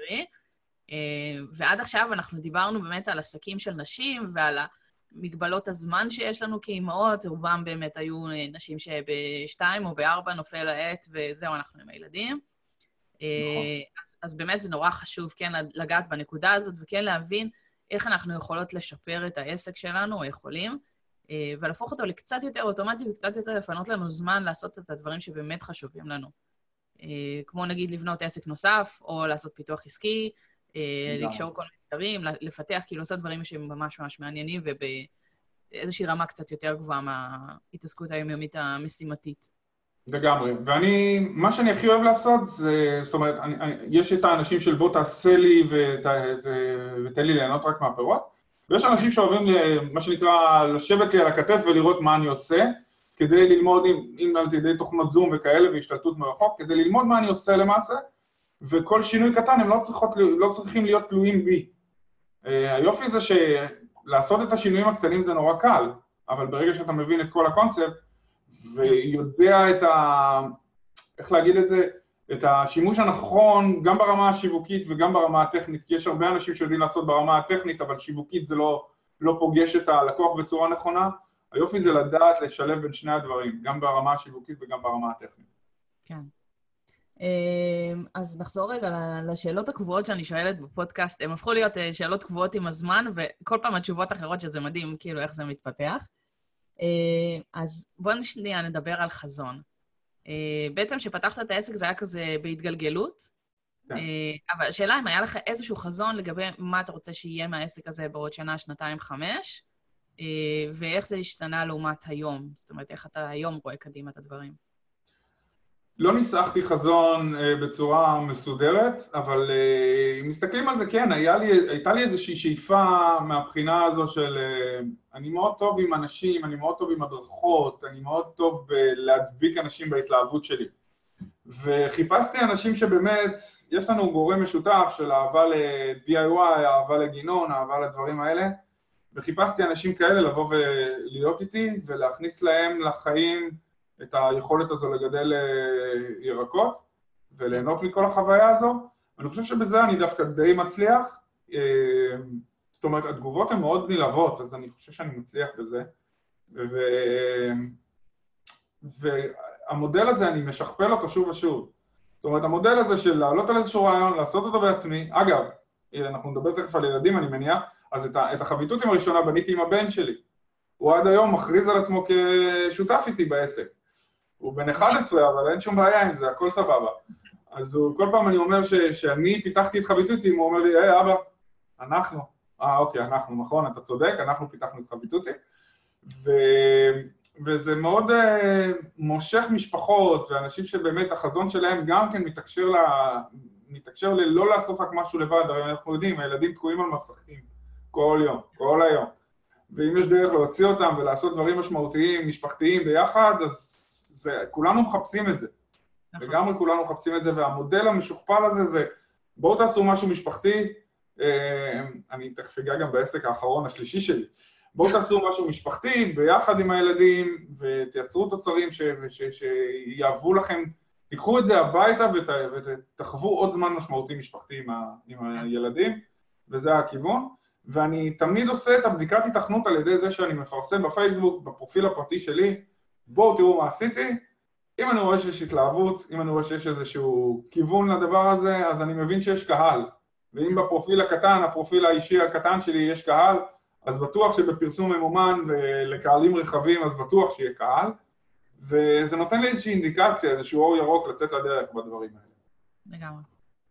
ועד עכשיו אנחנו דיברנו באמת על עסקים של נשים, ועל מגבלות הזמן שיש לנו כאימהות, רובם באמת היו נשים שב2 או ב4 נופל העת, וזהו, אנחנו עם הילדים. אז באמת זה נורא חשוב כן לגעת בנקודה הזאת, וכן להבין איך אנחנו יכולות לשפר את העסק שלנו, או יכולים, ולהפוך אותו לקצת יותר אוטומטי, וקצת יותר לפנות לנו זמן לעשות את הדברים שבאמת חשובים לנו. כמו נגיד לבנות עסק נוסף, או לעשות פיתוח עסקי, לקשור כל מיני דברים, לפתח, כאילו לעשות דברים שהם ממש ממש מעניינים, ובאיזושהי רמה קצת יותר גבוהה מההתעסקות היומיומית המשימתית. לגמרי, מה שאני הכי אוהב לעשות, זאת אומרת, יש את האנשים של בוא תעשה לי ותן לי ליהנות רק מהפירות, ויש אנשים שאוהבים, מה שנקרא, לשבת לי על הכתף ולראות מה אני עושה, כדי ללמוד עם על ידי תוכנות זום וכאלה והשתלטות מרחוק, כדי ללמוד מה אני עושה למעשה, וכל שינוי קטן הם לא צריכים להיות תלויים בי. היופי זה שלעשות את השינויים הקטנים זה נורא קל, אבל ברגע שאתה מבין את כל הקונספט, ויודע איך להגיד את זה, את השימוש הנכון, גם ברמה השיווקית וגם ברמה הטכנית, כי יש הרבה אנשים שיודעים לעשות ברמה הטכנית, אבל שיווקית זה לא פוגש את הלקוח בצורה נכונה. היופי זה לדעת לשלב בין שני הדברים, גם ברמה השיווקית וגם ברמה הטכנית. כן. אז נחזור רגע לשאלות הקבועות שאני שואלת בפודקאסט, הן הפכו להיות שאלות קבועות עם הזמן, וכל פעם התשובות אחרות שזה מדהים, כאילו איך זה מתפתח. אז בואו שנייה נדבר על חזון. בעצם שפתחת את העסק זה היה כזה בהתגלגלות, אבל השאלה אם היה לך איזשהו חזון לגבי מה אתה רוצה שיהיה מהעסק הזה בעוד שנה, שנתיים, 5, ואיך זה השתנה לעומת היום, זאת אומרת איך אתה היום רואה קדימה את הדברים. לא ניסחתי חזון בצורה מסודרת, אבל אם מסתכלים על זה, כן, הייתה לי איזושהי שאיפה מהבחינה הזו של אני מאוד טוב עם אנשים, אני מאוד טוב עם הדרכות, אני מאוד טוב בלהדביק אנשים בהתלהבות שלי. וחיפשתי אנשים שבאמת, יש לנו גורם משותף של אהבה ל-DIY, אהבה לגינון, אהבה לדברים האלה, וחיפשתי אנשים כאלה לבוא ולהיות איתי ולהכניס להם לחיים את היכולת הזו לגדל ירקות וליהנות מכל החוויה הזו. אני חושב שבזה אני דווקא די מצליח. זאת אומרת, התגובות הן מאוד נלהבות, אז אני חושב שאני מצליח בזה. והמודל הזה, אני משכפל אותו שוב ושוב. זאת אומרת, המודל הזה של לעלות על איזשהו רעיון, לעשות אותו בעצמי, אגב, אנחנו נדבר תכף על ילדים, אני מניח, אז את החביתות הראשונה בניתי עם הבן שלי. הוא עד היום מכריז על עצמו כשותף איתי בעסק. הוא בן 11, אבל אין שום בעיה עם זה, הכל סבבה. אז כל פעם אני אומר שאני פיתחתי את חביתותי, הוא אומר לי, אבא, אנחנו. אוקיי, אנחנו, נכון, אתה צודק, אנחנו פיתחנו את חביתותי. וזה מאוד מושך משפחות, ואנשים שבאמת החזון שלהם גם כן מתקשר ללא לעשות רק משהו לבד, הרי אנחנו יודעים, הילדים תקועים על מסכים כל יום, כל היום. ואם יש דרך להוציא אותם ולעשות דברים משמעותיים, משפחתיים ביחד, אז כולנו מחפשים את זה. לגמרי כולנו מחפשים את זה, והמודל המשוכפל הזה זה, בואו תעשו משהו משפחתי, אני תכף אגע גם בעסק האחרון השלישי שלי, בואו תעשו משהו משפחתי ביחד עם הילדים, ותייצרו תוצרים שיעבו לכם, תיקחו את זה הביתה ותחוו עוד זמן משמעותי משפחתי עם הילדים, וזה הכיוון. ואני תמיד עושה את הבדיקת התכנות על ידי זה שאני מפרסם בפייסבוק, בפרופיל הפרטי שלי, בואו תראו מה עשיתי, אם אני רואה שיש התלהבות, אם אני רואה שיש איזשהו כיוון לדבר הזה, אז אני מבין שיש קהל. ואם בפרופיל הקטן, הפרופיל האישי הקטן שלי יש קהל, אז בטוח שבפרסום ממומן ולקהלים רחבים, אז בטוח שיהיה קהל. וזה נותן לי איזושהי אינדיקציה, איזשהו אור ירוק לצאת לדרך בדברים האלה. לגמרי.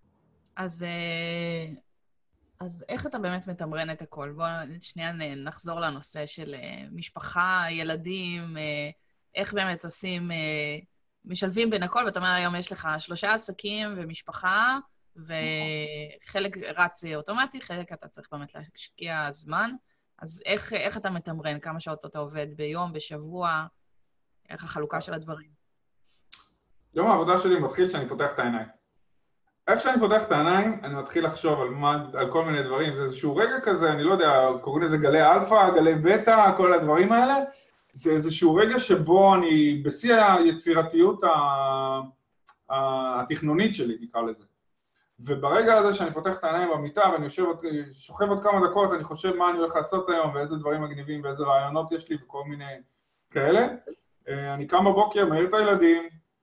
אז איך אתה באמת מתמרן את הכל? בואו שנייה נחזור לנושא של משפחה, ילדים, איך באמת עושים, משלבים בין הכל, ואתה אומר היום יש לך 3 עסקים ומשפחה, וחלק רץ אוטומטי, חלק אתה צריך באמת להשקיע זמן, אז איך אתה מתמרן? כמה שעות אתה עובד ביום, בשבוע? איך החלוקה של הדברים? יום העבודה שלי מתחיל כשאני פותח את העיניים. איך שאני פותח את העיניים, אני מתחיל לחשוב על כל מיני דברים. זה איזשהו רגע כזה, אני לא יודע, קוראים לזה גלי אלפא, גלי בטא, כל הדברים האלה. זה איזשהו רגע שבו אני בשיא היצירתיות התכנונית שלי, נקרא לזה. וברגע הזה שאני פותח את העיניים במיטה ואני שוכב עוד כמה דקות, אני חושב מה אני הולך לעשות היום ואיזה דברים מגניבים ואיזה רעיונות יש לי וכל מיני כאלה. אני קם בבוקר, מעיר את הילדים,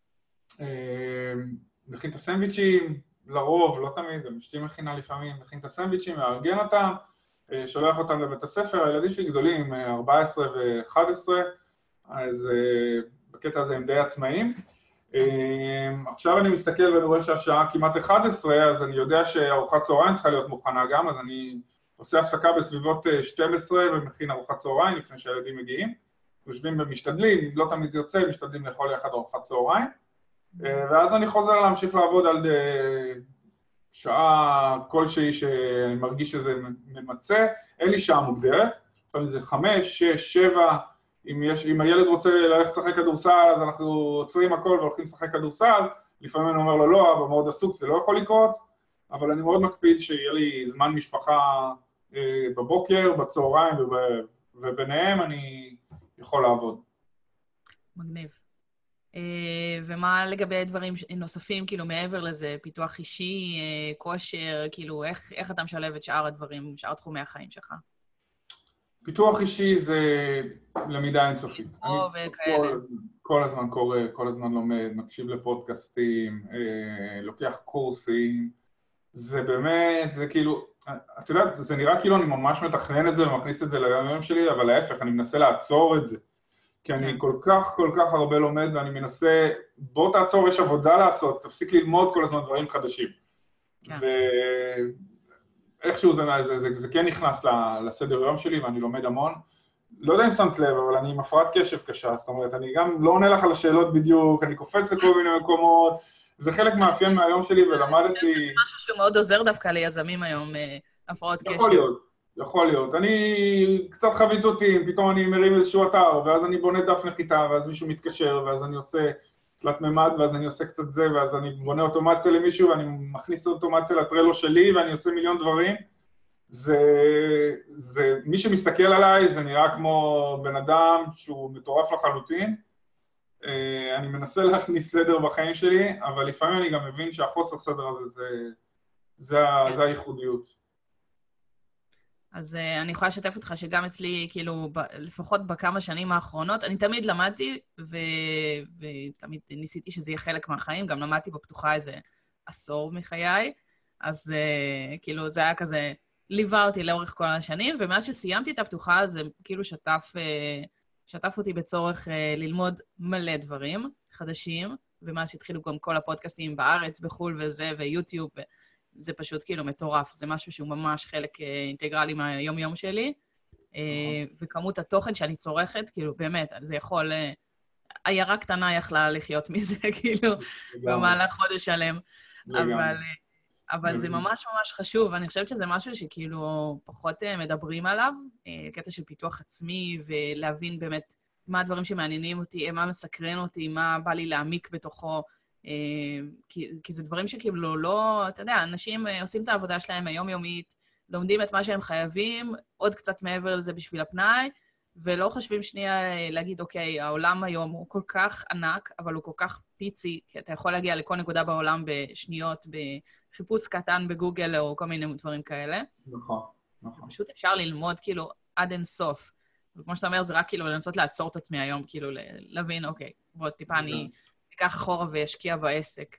מכין את הסנדוויצ'ים, לרוב, לא תמיד, אשתי מכינה לפעמים, מכין את הסנדוויצ'ים, מארגן אותם, שולח אותם לבית הספר, הילדים שלי גדולים, 14 ו-11, אז בקטע הזה הם די עצמאים. עכשיו אני מסתכל ואני רואה שהשעה כמעט 11, אז אני יודע שארוחת צהריים צריכה להיות מוכנה גם, אז אני עושה הפסקה בסביבות 12 ומכין ארוחת צהריים לפני שהילדים מגיעים. יושבים ומשתדלים, לא תמיד זה יוצא, משתדלים לאכול יחד ארוחת צהריים. ואז אני חוזר להמשיך לעבוד על שעה כלשהי שאני מרגיש שזה ממצא. אין לי שעה מוגדרת, לפעמים זה 5, 6, 7, אם הילד רוצה ללכת לשחק כדורסל, אז אנחנו עוצרים הכל והולכים לשחק כדורסל, לפעמים אני אומר לו לא, אבא מאוד עסוק, זה לא יכול לקרות, אבל אני מאוד מקפיד שיהיה לי זמן משפחה בבוקר, בצהריים וביניהם אני יכול לעבוד. מגניב. ומה לגבי דברים נוספים, כאילו מעבר לזה, פיתוח אישי, כושר, כאילו איך אתה משלב את שאר הדברים, שאר תחומי החיים שלך? פיתוח אישי זה למידה אינסופית. וכאלה. כל הזמן קורא, כל הזמן לומד, מקשיב לפודקאסטים, לוקח קורסים. זה באמת, זה כאילו, את יודעת, זה נראה כאילו אני ממש מתכנן את זה ומכניס את זה ליום שלי, אבל להפך, אני מנסה לעצור את זה. כי אני כל כך הרבה לומד, ואני מנסה, בוא תעצור, יש עבודה לעשות, תפסיק ללמוד כל הזמן דברים חדשים. ואיכשהו זה כן נכנס לסדר יום שלי, ואני לומד המון. לא יודע אם שמת לב, אבל אני עם הפרעת קשב קשה, זאת אומרת, אני גם לא עונה לך על השאלות בדיוק, אני קופץ לכל מיני מקומות, זה חלק מאפיין מהיום שלי, ולמדתי... זה משהו שמאוד עוזר דווקא ליזמים היום, הפרעות קשב. יכול להיות. אני קצת חביתותים, פתאום אני מרים איזשהו אתר, ואז אני בונה דף נחיתה, ואז מישהו מתקשר, ואז אני עושה תלת ממד, ואז אני עושה קצת זה, ואז אני בונה אוטומציה למישהו, ואני מכניס אוטומציה לטרלו שלי, ואני עושה מיליון דברים. מי שמסתכל עליי, זה נראה כמו בן אדם שהוא מטורף לחלוטין. אני מנסה להכניס סדר בחיים שלי, אבל לפעמים אני גם מבין שהחוסר סדר הזה, זה הייחודיות. אז אני יכולה לשתף אותך שגם אצלי, כאילו, לפחות בכמה שנים האחרונות, אני תמיד למדתי, ותמיד ניסיתי שזה יהיה חלק מהחיים, גם למדתי בפתוחה איזה 10 מחיי, אז כאילו זה היה כזה, ליווה אותי לאורך כל השנים, ומאז שסיימתי את הפתוחה, זה כאילו שטף אותי בצורך ללמוד מלא דברים חדשים, ומאז שהתחילו גם כל הפודקאסטים בארץ, בחול וזה, ויוטיוב, זה פשוט כאילו מטורף, זה משהו שהוא ממש חלק אינטגרלי מהיום-יום שלי, וכמות התוכן שאני צורכת, כאילו באמת, זה יכול, עיירה קטנה יכלה לחיות מזה, כאילו, במהלך חודש שלם, אבל זה ממש ממש חשוב, ואני חושבת שזה משהו שכאילו פחות מדברים עליו, קטע של פיתוח עצמי, ולהבין באמת מה הדברים שמעניינים אותי, מה מסקרן אותי, מה בא לי להעמיק בתוכו, כי זה דברים שכאילו לא, אתה יודע, אנשים עושים את העבודה שלהם היומיומית, לומדים את מה שהם חייבים, עוד קצת מעבר לזה בשביל הפנאי, ולא חושבים שנייה להגיד, אוקיי, העולם היום הוא כל כך ענק, אבל הוא כל כך פיצי, כי אתה יכול להגיע לכל נקודה בעולם בשניות, בחיפוש קטן בגוגל או כל מיני דברים כאלה. נכון. פשוט אפשר ללמוד כאילו עד אין סוף. וכמו שאתה אומר, זה רק כאילו לנסות לעצור את עצמי היום, כאילו להבין, אוקיי, בוא, טיפה אני אקח אחורה ואשקיע בעסק.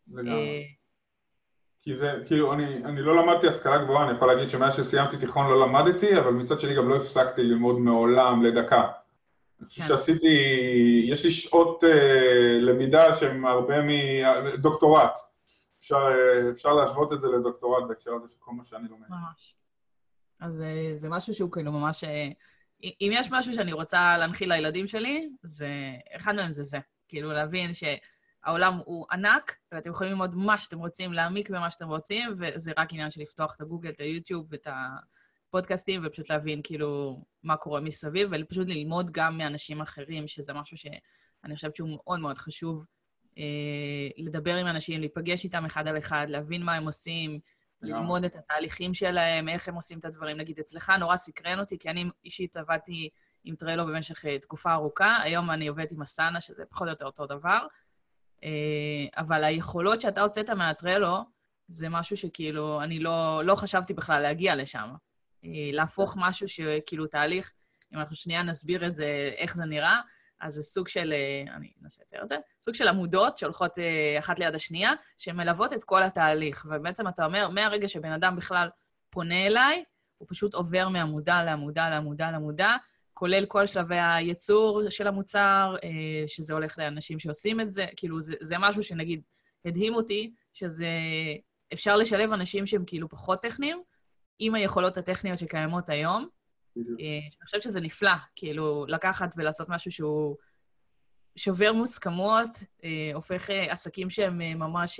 כי זה, כאילו, אני לא למדתי השכלה גבוהה, אני יכול להגיד שמאז שסיימתי תיכון לא למדתי, אבל מצד שני גם לא הפסקתי ללמוד מעולם לדקה. אני חושב שעשיתי, יש לי שעות למידה שהן הרבה מדוקטורט. אפשר להשוות את זה לדוקטורט בהקשר הזה של כל מה שאני לומד. ממש. אז זה משהו שהוא כאילו ממש... אם יש משהו שאני רוצה להנחיל לילדים שלי, אחד מהם זה. כאילו להבין שהעולם הוא ענק, ואתם יכולים ללמוד מה שאתם רוצים, להעמיק במה שאתם רוצים, וזה רק עניין של לפתוח את הגוגל, את היוטיוב ואת הפודקאסטים, ופשוט להבין כאילו מה קורה מסביב, ופשוט ללמוד גם מאנשים אחרים, שזה משהו שאני חושבת שהוא מאוד מאוד חשוב, לדבר עם אנשים, להיפגש איתם אחד על אחד, להבין מה הם עושים, ללמוד את התהליכים שלהם, איך הם עושים את הדברים. נגיד, אצלך נורא סקרן אותי, כי אני אישית עבדתי עם טרלו במשך תקופה ארוכה, היום אני עובדת עם אסנה, שזה פחות או יותר אותו דבר, אבל היכולות שאתה הוצאת מהטרלו, זה משהו שכאילו, אני לא חשבתי בכלל להגיע לשם. להפוך משהו שכאילו תהליך, אם אנחנו שנייה נסביר את זה, איך זה נראה, אז זה סוג של, אני אנסה לתאר את זה, סוג של עמודות שהולכות אחת ליד השנייה, שמלוות את כל התהליך. ובעצם אתה אומר, מהרגע שבן אדם בכלל פונה אליי, הוא פשוט עובר מעמודה לעמודה לעמודה לעמודה, כולל כל שלבי הייצור של המוצר, שזה הולך לאנשים שעושים את זה. כאילו, זה משהו שנגיד, הדהים אותי, שזה אפשר לשלב אנשים שהם כאילו פחות טכניים, עם היכולות הטכניות שקיימות היום, אני חושבת שזה נפלא, כאילו, לקחת ולעשות משהו שהוא שובר מוסכמות, הופך עסקים שהם ממש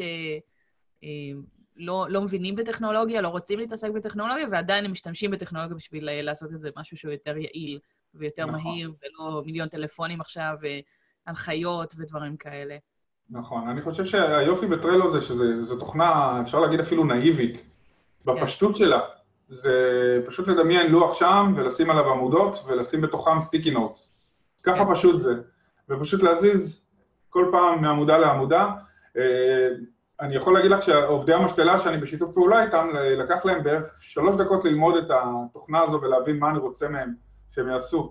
לא מבינים בטכנולוגיה, לא רוצים להתעסק בטכנולוגיה, ועדיין הם משתמשים בטכנולוגיה בשביל לעשות את זה משהו שהוא יותר יעיל ויותר מהיר, ולא מיליון טלפונים עכשיו, הנחיות ודברים כאלה. נכון, אני חושב שהיופי בטרלו זה שזו תוכנה, אפשר להגיד אפילו נאיבית, בפשטות שלה. זה פשוט לדמיין לוח שם ולשים עליו עמודות ולשים בתוכם סטיקי נוטס. ככה פשוט זה. ופשוט להזיז כל פעם מעמודה לעמודה. אני יכול להגיד לך שעובדי המשתלה שאני בשיתוף פעולה איתם, לקח להם בערך 3 דקות ללמוד את התוכנה הזו ולהבין מה אני רוצה מהם שהם יעשו.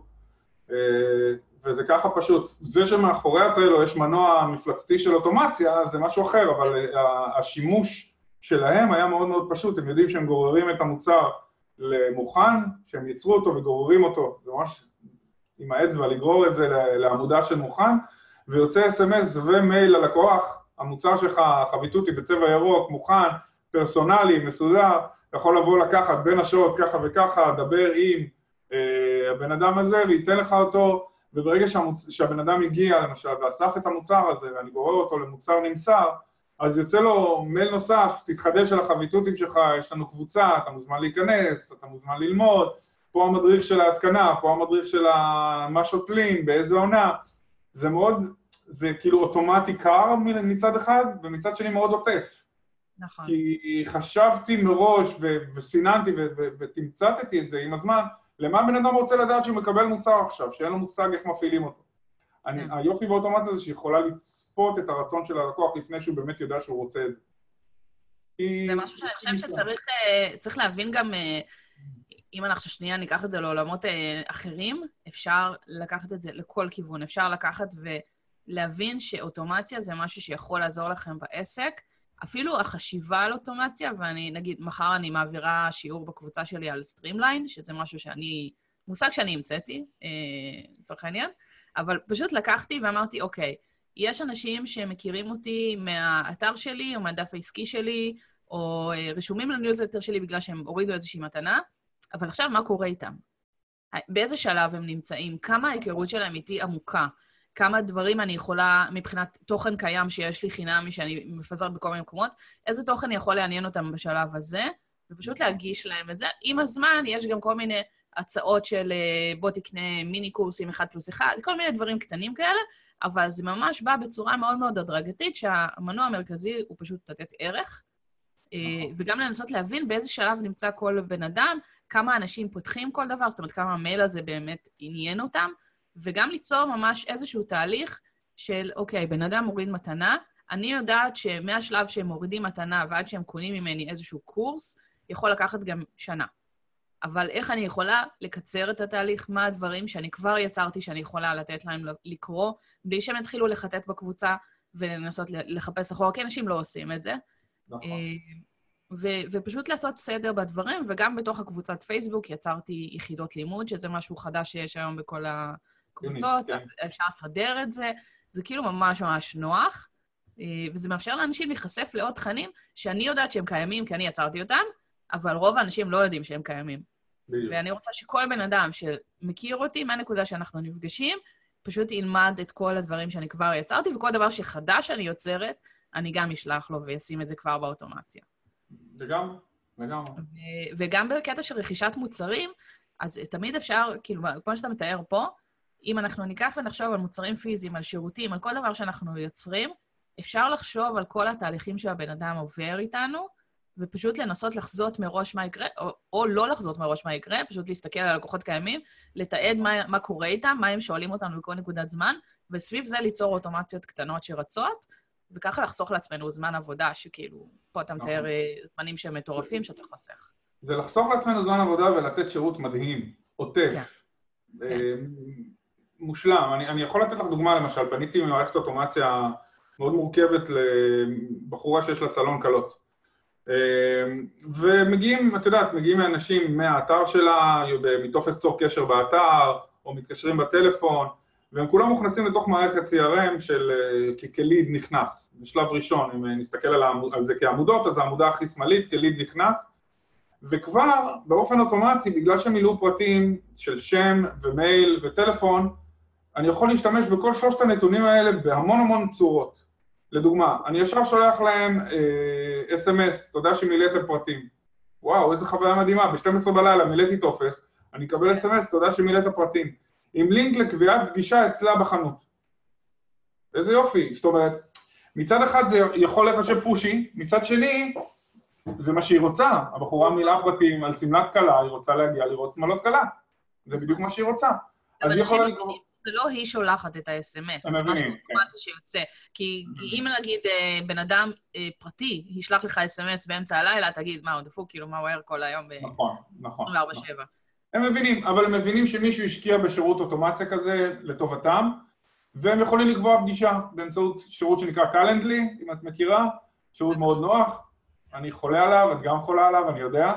וזה ככה פשוט. זה שמאחורי הטרלו יש מנוע מפלצתי של אוטומציה, זה משהו אחר, אבל השימוש שלהם היה מאוד מאוד פשוט. הם יודעים שהם גוררים את המוצר למוכן, שהם ייצרו אותו וגוררים אותו, זה ממש עם האצבע לגרור את זה לעמודה של מוכן, ויוצא SMS ומייל ללקוח, המוצר שלך, חביתותי בצבע ירוק, מוכן, פרסונלי, מסודר, יכול לבוא לקחת בין השעות ככה וככה, דבר עם הבן אדם הזה וייתן לך אותו, וברגע שהבן אדם הגיע למשל ואסף את המוצר הזה ואני גורר אותו למוצר נמסר, אז יוצא לו מייל נוסף, תתחדש על החביתותים שלך, יש לנו קבוצה, אתה מוזמן להיכנס, אתה מוזמן ללמוד, פה המדריך של ההתקנה, פה המדריך של מה שותלים, באיזה עונה, זה מאוד, זה כאילו אוטומטי קר מצד אחד, ומצד שני מאוד עוטף. נכון. כי חשבתי מראש וסיננתי ותמצתתי את זה עם הזמן, למה בן אדם רוצה לדעת שהוא מקבל מוצר עכשיו, שאין לו מושג איך מפעילים אותו. היופי באוטומציה זה שיכולה לצפות את הרצון של הלקוח לפני שהוא באמת יודע שהוא רוצה את זה. זה משהו שאני חושב שצריך להבין גם, אם אנחנו שנייה ניקח את זה לעולמות אחרים, אפשר לקחת את זה לכל כיוון, אפשר לקחת ולהבין שאוטומציה זה משהו שיכול לעזור לכם בעסק, אפילו החשיבה על אוטומציה, ואני, נגיד, מחר אני מעבירה שיעור בקבוצה שלי על סטרימליין, שזה משהו מושג שאני המצאתי, לצורך העניין, אבל פשוט לקחתי ואמרתי, אוקיי, יש אנשים שמכירים אותי מהאתר שלי או מהדף העסקי שלי, או רשומים לניוזלטר שלי בגלל שהם הורידו איזושהי מתנה, אבל עכשיו מה קורה איתם? באיזה שלב הם נמצאים? כמה ההיכרות שלהם איתי עמוקה? כמה דברים אני יכולה, מבחינת תוכן קיים שיש לי חינמי שאני מפזרת בכל מיני מקומות, איזה תוכן יכול לעניין אותם בשלב הזה, ופשוט להגיש להם את זה. עם הזמן יש גם כל מיני הצעות של בוא תקנה מיני קורסים 1+1, כל מיני דברים קטנים כאלה, אבל זה ממש בא בצורה מאוד מאוד הדרגתית, שהמנוע המרכזי הוא פשוט לתת ערך, וגם לנסות להבין באיזה שלב נמצא כל בן אדם, כמה אנשים פותחים כל דבר, זאת אומרת כמה המייל הזה באמת עניין אותם, וגם ליצור ממש איזשהו תהליך של, אוקיי, בן אדם מוריד מתנה, אני יודעת שמהשלב שהם מורידים מתנה ועד שהם קונים ממני איזשהו קורס, יכול לקחת גם שנה. אבל איך אני יכולה לקצר את התהליך, מה הדברים שאני כבר יצרתי שאני יכולה לתת להם לקרוא, בלי שהם יתחילו לחטט בקבוצה ולנסות לחפש אחורה, כי אנשים לא עושים את זה. נכון. ופשוט לעשות סדר בדברים, וגם בתוך הקבוצת פייסבוק יצרתי יחידות לימוד, שזה משהו חדש שיש היום בכל הקבוצות, אז אפשר לסדר את זה, זה כאילו ממש ממש נוח, וזה מאפשר לאנשים להיחשף לעוד תכנים שאני יודעת שהם קיימים, כי אני יצרתי אותם, אבל רוב האנשים לא יודעים שהם קיימים. ואני רוצה שכל בן אדם שמכיר אותי, מהנקודה שאנחנו נפגשים, פשוט ילמד את כל הדברים שאני כבר יצרתי, וכל דבר שחדש אני יוצרת, אני גם אשלח לו וישים את זה כבר באוטומציה. לגמרי. וגם בקטע של רכישת מוצרים, אז תמיד אפשר, כאילו, כמו שאתה מתאר פה, אם אנחנו ניקח ונחשוב על מוצרים פיזיים, על שירותים, על כל דבר שאנחנו יוצרים, אפשר לחשוב על כל התהליכים שהבן אדם עובר איתנו, ופשוט לנסות לחזות מראש מה יקרה, או לא לחזות מראש מה יקרה, פשוט להסתכל על לקוחות קיימים, לתעד מה קורה איתם, מה הם שואלים אותנו בכל נקודת זמן, וסביב זה ליצור אוטומציות קטנות שרצות, וככה לחסוך לעצמנו זמן עבודה, שכאילו, פה אתה מתאר זמנים שהם מטורפים שאתה חוסך. זה לחסוך לעצמנו זמן עבודה ולתת שירות מדהים, עוטף, מושלם. אני יכול לתת לך דוגמה, למשל, פניתי ממערכת אוטומציה מאוד מורכבת לבחורה שיש לה סלון קלות. ומגיעים, את יודעת, מגיעים מאנשים מהאתר שלה, מתופס צור קשר באתר, או מתקשרים בטלפון, והם כולם מוכנסים לתוך מערכת CRM של כליד נכנס. בשלב ראשון, אם נסתכל על זה כעמודות, אז העמודה הכי שמאלית, כליד נכנס, וכבר באופן אוטומטי, בגלל שמילאו פרטים של שם ומייל וטלפון, אני יכול להשתמש בכל שלושת הנתונים האלה בהמון המון צורות. לדוגמה, אני ישר שולח להם SMS, תודה שמילאתם פרטים. וואו, איזו חוויה מדהימה, ב-12 בלילה מילאתי טופס, אני אקבל SMS, תודה שמילאת פרטים. עם לינק לקביעת פגישה אצלה בחנות. איזה יופי. זאת אומרת, מצד אחד זה יכול לחשב פושי, מצד שני, זה מה שהיא רוצה. הבחורה מילאה פרטים על סמלת קלה, היא רוצה להגיע לראות סמלות קלה. זה בדיוק מה שהיא רוצה. אבל זה לא היא שולחת את ה-SMS, זה משהו אוטומטי שיוצא. כי אם נגיד בן אדם פרטי ישלח לך SMS באמצע הלילה, תגיד, מה, הוא דפוק, כאילו, מה הוא ער כל היום ב-24/7. הם מבינים, אבל הם מבינים שמישהו השקיע בשירות אוטומציה כזה לטובתם, והם יכולים לקבוע פגישה באמצעות שירות שנקרא קלנדלי, אם את מכירה, שירות מאוד נוח, אני חולה עליו, את גם חולה עליו, אני יודע,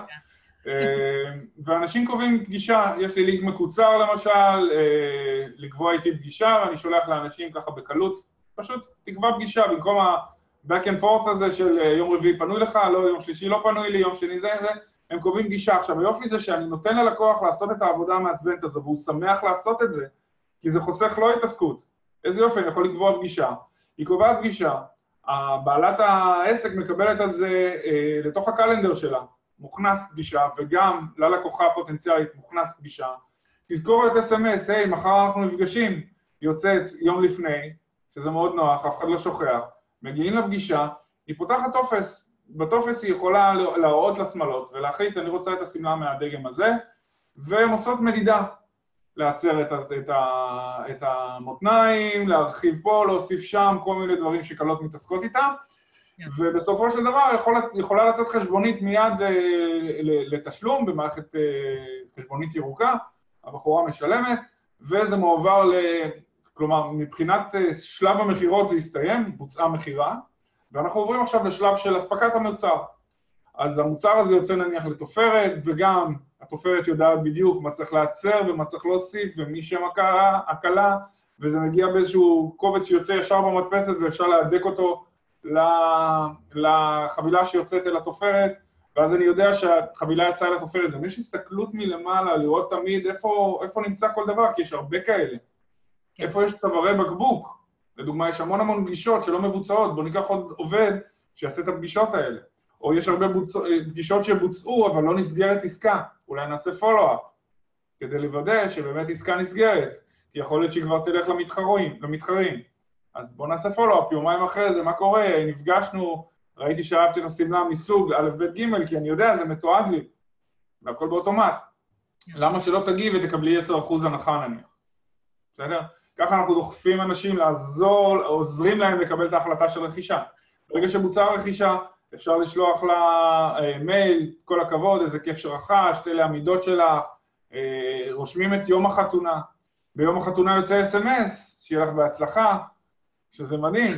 ואנשים קובעים פגישה, יש לי לינק מקוצר למשל, לקבוע איתי פגישה, ואני שולח לאנשים ככה בקלות, פשוט תקבע פגישה, במקום ה-back and forth הזה של יום רביעי פנוי לך, לא, יום שלישי לא פנוי לי, יום שני זה, הם קובעים פגישה. עכשיו, היופי זה שאני נותן ללקוח לעשות את העבודה המעצבנת הזו, והוא שמח לעשות את זה, כי זה חוסך לא התעסקות. איזה יופי, אני יכול לקבוע פגישה. היא קובעת פגישה, בעלת העסק מקבלת על זה לתוך הקלנדר שלה, מוכנס פגישה, וגם ללקוחה הפוטנציאלית מוכנס פגישה. תזכורת SMS, היי, מחר אנחנו נפגשים, יוצאת יום לפני, שזה מאוד נוח, אף אחד לא שוכח, מגיעים לפגישה, היא פותחת טופס, בטופס היא יכולה להראות לשמאלות ולהחליט, אני רוצה את הסמלה מהדגם הזה, והן עושות מדידה, לעצר את המותניים, להרחיב פה, להוסיף שם, כל מיני דברים שקלות מתעסקות איתם, ובסופו של דבר יכולה לצאת חשבונית מיד לתשלום במערכת חשבונית ירוקה, הבחורה משלמת, וזה מועבר כלומר, מבחינת שלב המחירות זה הסתיים, בוצעה מחירה, ואנחנו עוברים עכשיו לשלב של הספקת המוצר. אז המוצר הזה יוצא נניח לתופרת, וגם התופרת יודעת בדיוק מה צריך לעצר ומה צריך להוסיף, ומי שם הקלה, וזה מגיע באיזשהו קובץ שיוצא ישר במדפסת, ואפשר להדק אותו לחבילה שיוצאת אל התופרת, ואז אני יודע שהחבילה יצאה אל התופרת. גם יש הסתכלות מלמעלה, לראות תמיד איפה נמצא כל דבר, כי יש הרבה כאלה. איפה יש צווארי בקבוק? לדוגמה, יש המון פגישות שלא מבוצעות, בוא ניקח עוד עובד שיעשה את הפגישות האלה. או יש הרבה פגישות שבוצעו, אבל לא נסגרת עסקה. אולי נעשה פולו-אפ, כדי לוודא שבאמת עסקה נסגרת, כי יכול להיות שהיא כבר תלך למתחרים. אז בוא נעשה פולו-אפ, יומיים אחרי זה, מה קורה? נפגשנו, ראיתי שאהבתי את הסמלה מסוג א' ב' ג', כי אני יודע, זה מתועד לי, והכל באוטומט. למה שלא תגיב ותקבלי 10% הנחה נניח? בסדר? ככה אנחנו דוחפים אנשים לעזור, עוזרים להם לקבל את ההחלטה של רכישה. ברגע שבוצעה רכישה, אפשר לשלוח לה מייל, כל הכבוד, איזה כיף שרכשת, אלה המידות שלך, רושמים את יום החתונה, ביום החתונה יוצא SMS, שיהיה לך בהצלחה, שזה מדהים,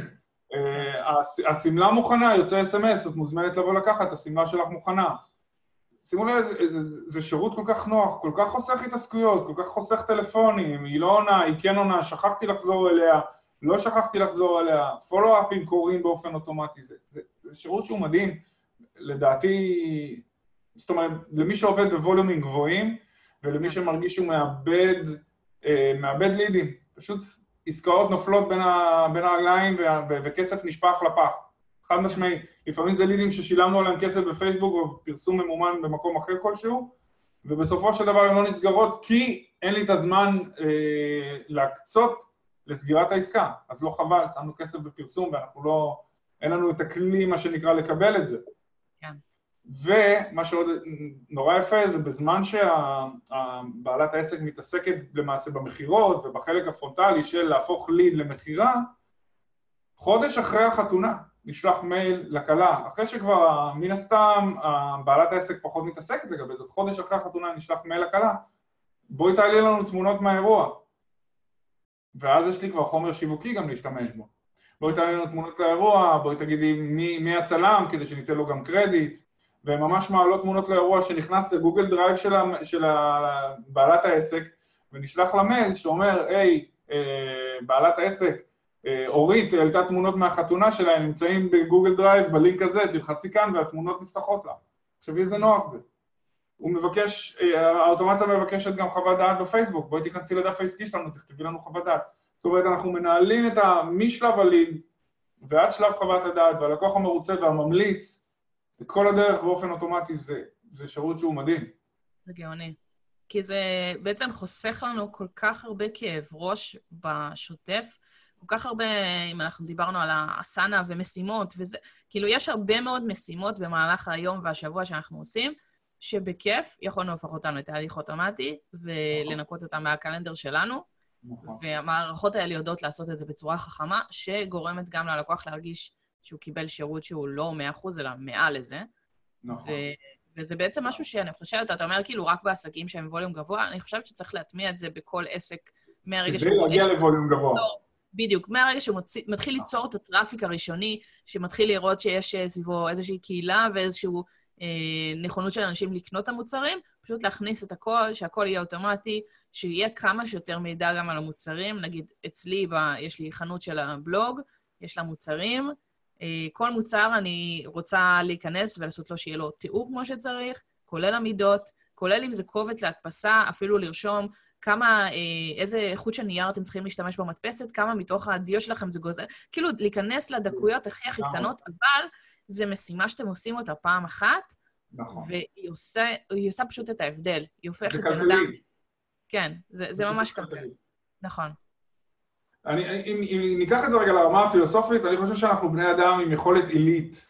הסמלה מוכנה, יוצא SMS, את מוזמנת לבוא לקחת, הסמלה שלך מוכנה. שימו לב, זה שירות כל כך נוח, כל כך חוסך התעסקויות, כל כך חוסך טלפונים, היא לא עונה, היא כן עונה, שכחתי לחזור אליה, לא שכחתי לחזור אליה, פולו-אפים קורים באופן אוטומטי, זה שירות שהוא מדהים, לדעתי, זאת אומרת, למי שעובד בווליומים גבוהים, ולמי שמרגיש שהוא מאבד לידים, פשוט עסקאות נופלות בין הרגליים וכסף נשפך לפח. חד משמעי, לפעמים זה לידים ששילמנו עליהם כסף בפייסבוק או פרסום ממומן במקום אחר כלשהו, ובסופו של דבר הן לא נסגרות כי אין לי את הזמן להקצות לסגירת העסקה. אז לא חבל, שמנו כסף בפרסום ואנחנו לא, אין לנו את הכלי מה שנקרא לקבל את זה. כן. ומה שעוד נורא יפה זה בזמן שבעלת העסק מתעסקת למעשה במחירות ובחלק הפרונטלי של להפוך ליד למחירה, חודש אחרי החתונה נשלח מייל לקלה, אחרי שכבר מן הסתם בעלת העסק פחות מתעסקת לגבי זה, חודש אחרי החתונה נשלח מייל לקלה, בואי תעלי לנו תמונות מהאירוע. ואז יש לי כבר חומר שיווקי גם להשתמש בו. בואי תעלי לנו תמונות לאירוע, בואי תגידי מי הצלם כדי שניתן לו גם קרדיט, והן ממש מעלות תמונות לאירוע שנכנס לגוגל דרייב של בעלת העסק, ונשלח למייל שאומר, היי, בעלת העסק, אורית העלתה תמונות מהחתונה שלה, הם נמצאים בגוגל דרייב, בלינק הזה, תלחצי כאן והתמונות נפתחות לה. עכשיו, איזה נוח זה. הוא מבקש, האוטומציה מבקשת גם חוות דעת בפייסבוק, בואי תיכנסי לדף העסקי שלנו, תכתבי לנו חוות דעת. זאת אומרת, אנחנו מנהלים את משלב הליד ועד שלב חוות הדעת, והלקוח המרוצה והממליץ, את כל הדרך באופן אוטומטי, זה שירות שהוא מדהים. זה גאוני. כי זה בעצם חוסך לנו כל כך הרבה כאב ראש בשוטף, כל כך הרבה, אם אנחנו דיברנו על האסנה ומשימות, וזה, כאילו יש הרבה מאוד משימות במהלך היום והשבוע שאנחנו עושים, שבכיף יכולנו להפוך אותנו לתהליך אוטומטי, ולנקות אותם מהקלנדר שלנו, והמערכות האלה יודעות לעשות את זה בצורה חכמה, שגורמת גם ללקוח להרגיש שהוא קיבל שירות שהוא לא 100%, אלא מעל לזה. וזה בעצם משהו שאני חושבת, אתה אומר כאילו רק בעסקים שהם ווליום גבוה, אני חושבת שצריך להטמיע את זה בכל עסק מהרגע שהוא... כדי להגיע לווליום גבוה. בדיוק, מהרגע שהוא מתחיל ליצור את הטראפיק הראשוני, שמתחיל לראות שיש סביבו איזושהי קהילה ואיזושהי נכונות של אנשים לקנות את המוצרים, פשוט להכניס את הכל, שהכל יהיה אוטומטי, שיהיה כמה שיותר מידע גם על המוצרים. נגיד, אצלי יש לי חנות של הבלוג, יש לה מוצרים, כל מוצר אני רוצה להיכנס ולעשות לו שיהיה לו תיאור כמו שצריך, כולל המידות, כולל אם זה קובץ להדפסה, אפילו לרשום איזה איכות של נייר אתם צריכים להשתמש במדפסת, כמה מתוך הדיו שלכם זה גוזר, כאילו להיכנס לדקויות הכי קטנות, אבל זה משימה שאתם עושים אותה פעם אחת, והיא עושה פשוט את ההבדל. היא הופכת... זה כלכלי. כן, זה ממש כלכלי. נכון. אם ניקח את זה רגע לרמה הפילוסופית, אני חושב שאנחנו בני אדם עם יכולת עילית,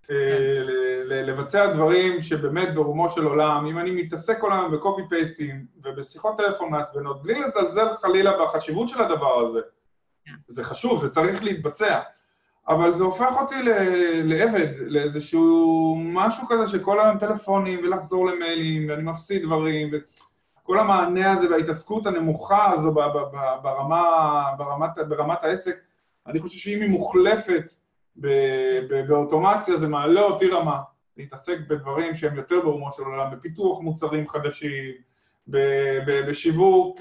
לבצע דברים שבאמת ברומו של עולם, אם אני מתעסק כל היום בקופי פייסטים ובשיחות טלפון מעצבנות, בלי לזלזל חלילה בחשיבות של הדבר הזה. זה חשוב, זה צריך להתבצע. אבל זה הופך אותי לעבד, לאיזשהו משהו כזה שכל היום טלפונים ולחזור למיילים, ואני מפסיד דברים, וכל המענה הזה וההתעסקות הנמוכה הזו ברמת העסק, אני חושב שאם היא מוחלפת באוטומציה, זה מעלה אותי רמה, להתעסק בדברים שהם יותר ברומו של עולם, בפיתוח מוצרים חדשים, בשיווק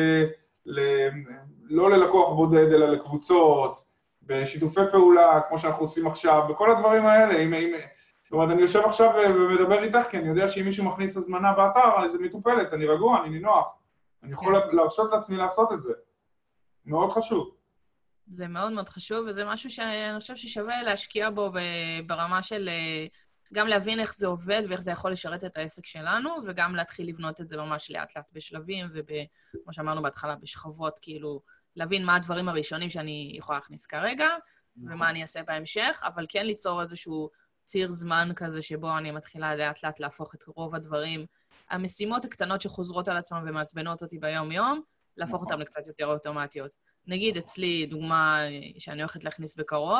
לא ללקוח בודד אלא לקבוצות, בשיתופי פעולה, כמו שאנחנו עושים עכשיו, בכל הדברים האלה. זאת אומרת, אני יושב עכשיו ומדבר איתך, כי אני יודע שאם מישהו מכניס הזמנה באתר, אז זה מטופלת, אני רגוע, אני נינוח. אני יכול להרשות לעצמי לעשות את זה. מאוד חשוב. זה מאוד מאוד חשוב, וזה משהו שאני חושב ששווה להשקיע בו ברמה של גם להבין איך זה עובד ואיך זה יכול לשרת את העסק שלנו, וגם להתחיל לבנות את זה ממש לאט לאט בשלבים, וכמו שאמרנו בהתחלה, בשכבות, כאילו, להבין מה הדברים הראשונים שאני יכולה להכניס כרגע, ומה אני אעשה בהמשך, אבל כן ליצור איזשהו ציר זמן כזה שבו אני מתחילה לאט לאט להפוך את רוב הדברים, המשימות הקטנות שחוזרות על עצמם ומעצבנות אותי ביום-יום, להפוך אותם לקצת יותר אוטומטיות. נגיד אצלי, דוגמה שאני הולכת להכניס בקרוב,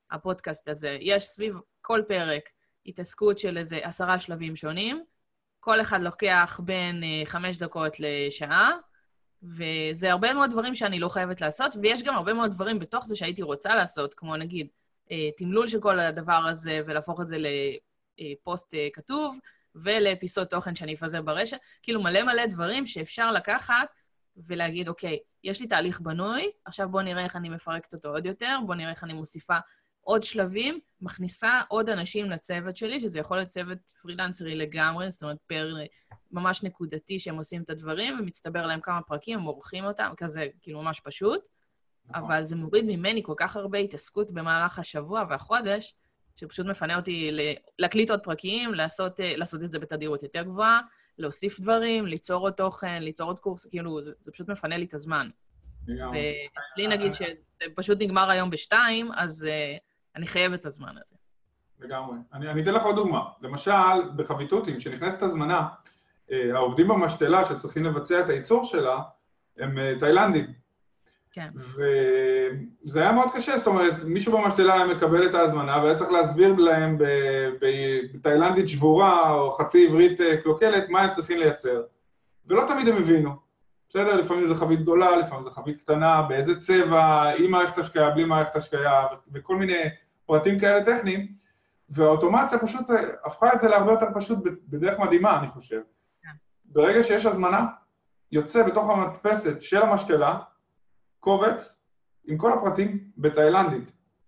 הפודקאסט הזה. יש סביב כל פרק התעסקות של איזה 10 שלבים שונים, כל אחד לוקח בין 5 דקות לשעה, וזה הרבה מאוד דברים שאני לא חייבת לעשות, ויש גם הרבה מאוד דברים בתוך זה שהייתי רוצה לעשות, כמו נגיד, תמלול של כל הדבר הזה, ולהפוך את זה לפוסט כתוב, ולפיסות תוכן שאני אפזר ברשת, כאילו מלא דברים שאפשר לקחת ולהגיד, אוקיי, יש לי תהליך בנוי, עכשיו בוא נראה איך אני מפרקת אותו עוד יותר, בוא נראה איך אני מוסיפה עוד שלבים, מכניסה עוד אנשים לצוות שלי, שזה יכול להיות צוות פרילנסרי לגמרי, זאת אומרת, ממש נקודתי שהם עושים את הדברים, ומצטבר להם כמה פרקים, הם עורכים אותם, כזה כאילו ממש פשוט, אבל זה מוריד ממני כל כך הרבה התעסקות במהלך השבוע והחודש, שפשוט מפנה אותי להקליט עוד פרקים, לעשות את זה בתדירות יותר גבוהה, להוסיף דברים, ליצור עוד תוכן, ליצור עוד קורס, כאילו, זה פשוט מפנה לי את הזמן. ולי נגיד שזה פשוט נגמר היום ב2, אז אני חייבת את הזמן הזה. לגמרי. אני אתן לך עוד דוגמה. למשל, בחביתותים, שנכנסת הזמנה, העובדים במשתלה שצריכים לבצע את הייצור שלה, הם תאילנדים. כן. וזה היה מאוד קשה, זאת אומרת, מישהו במשתלה היה מקבל את ההזמנה, והיה צריך להסביר להם בתאילנדית שבורה, או חצי עברית קלוקלת, מה הם צריכים לייצר. ולא תמיד הם הבינו. בסדר, לפעמים זה חבית גדולה, לפעמים זה חבית קטנה, באיזה צבע, עם מערכת השקיה, בלי מערכת השקיה, וכל מיני פרטים כאלה טכניים, והאוטומציה פשוט הפכה את זה להרבה יותר פשוט בדרך מדהימה, אני חושב. ברגע שיש הזמנה, יוצא בתוך המדפסת של המשתלה, קובץ עם כל הפרטים בתאילנדית.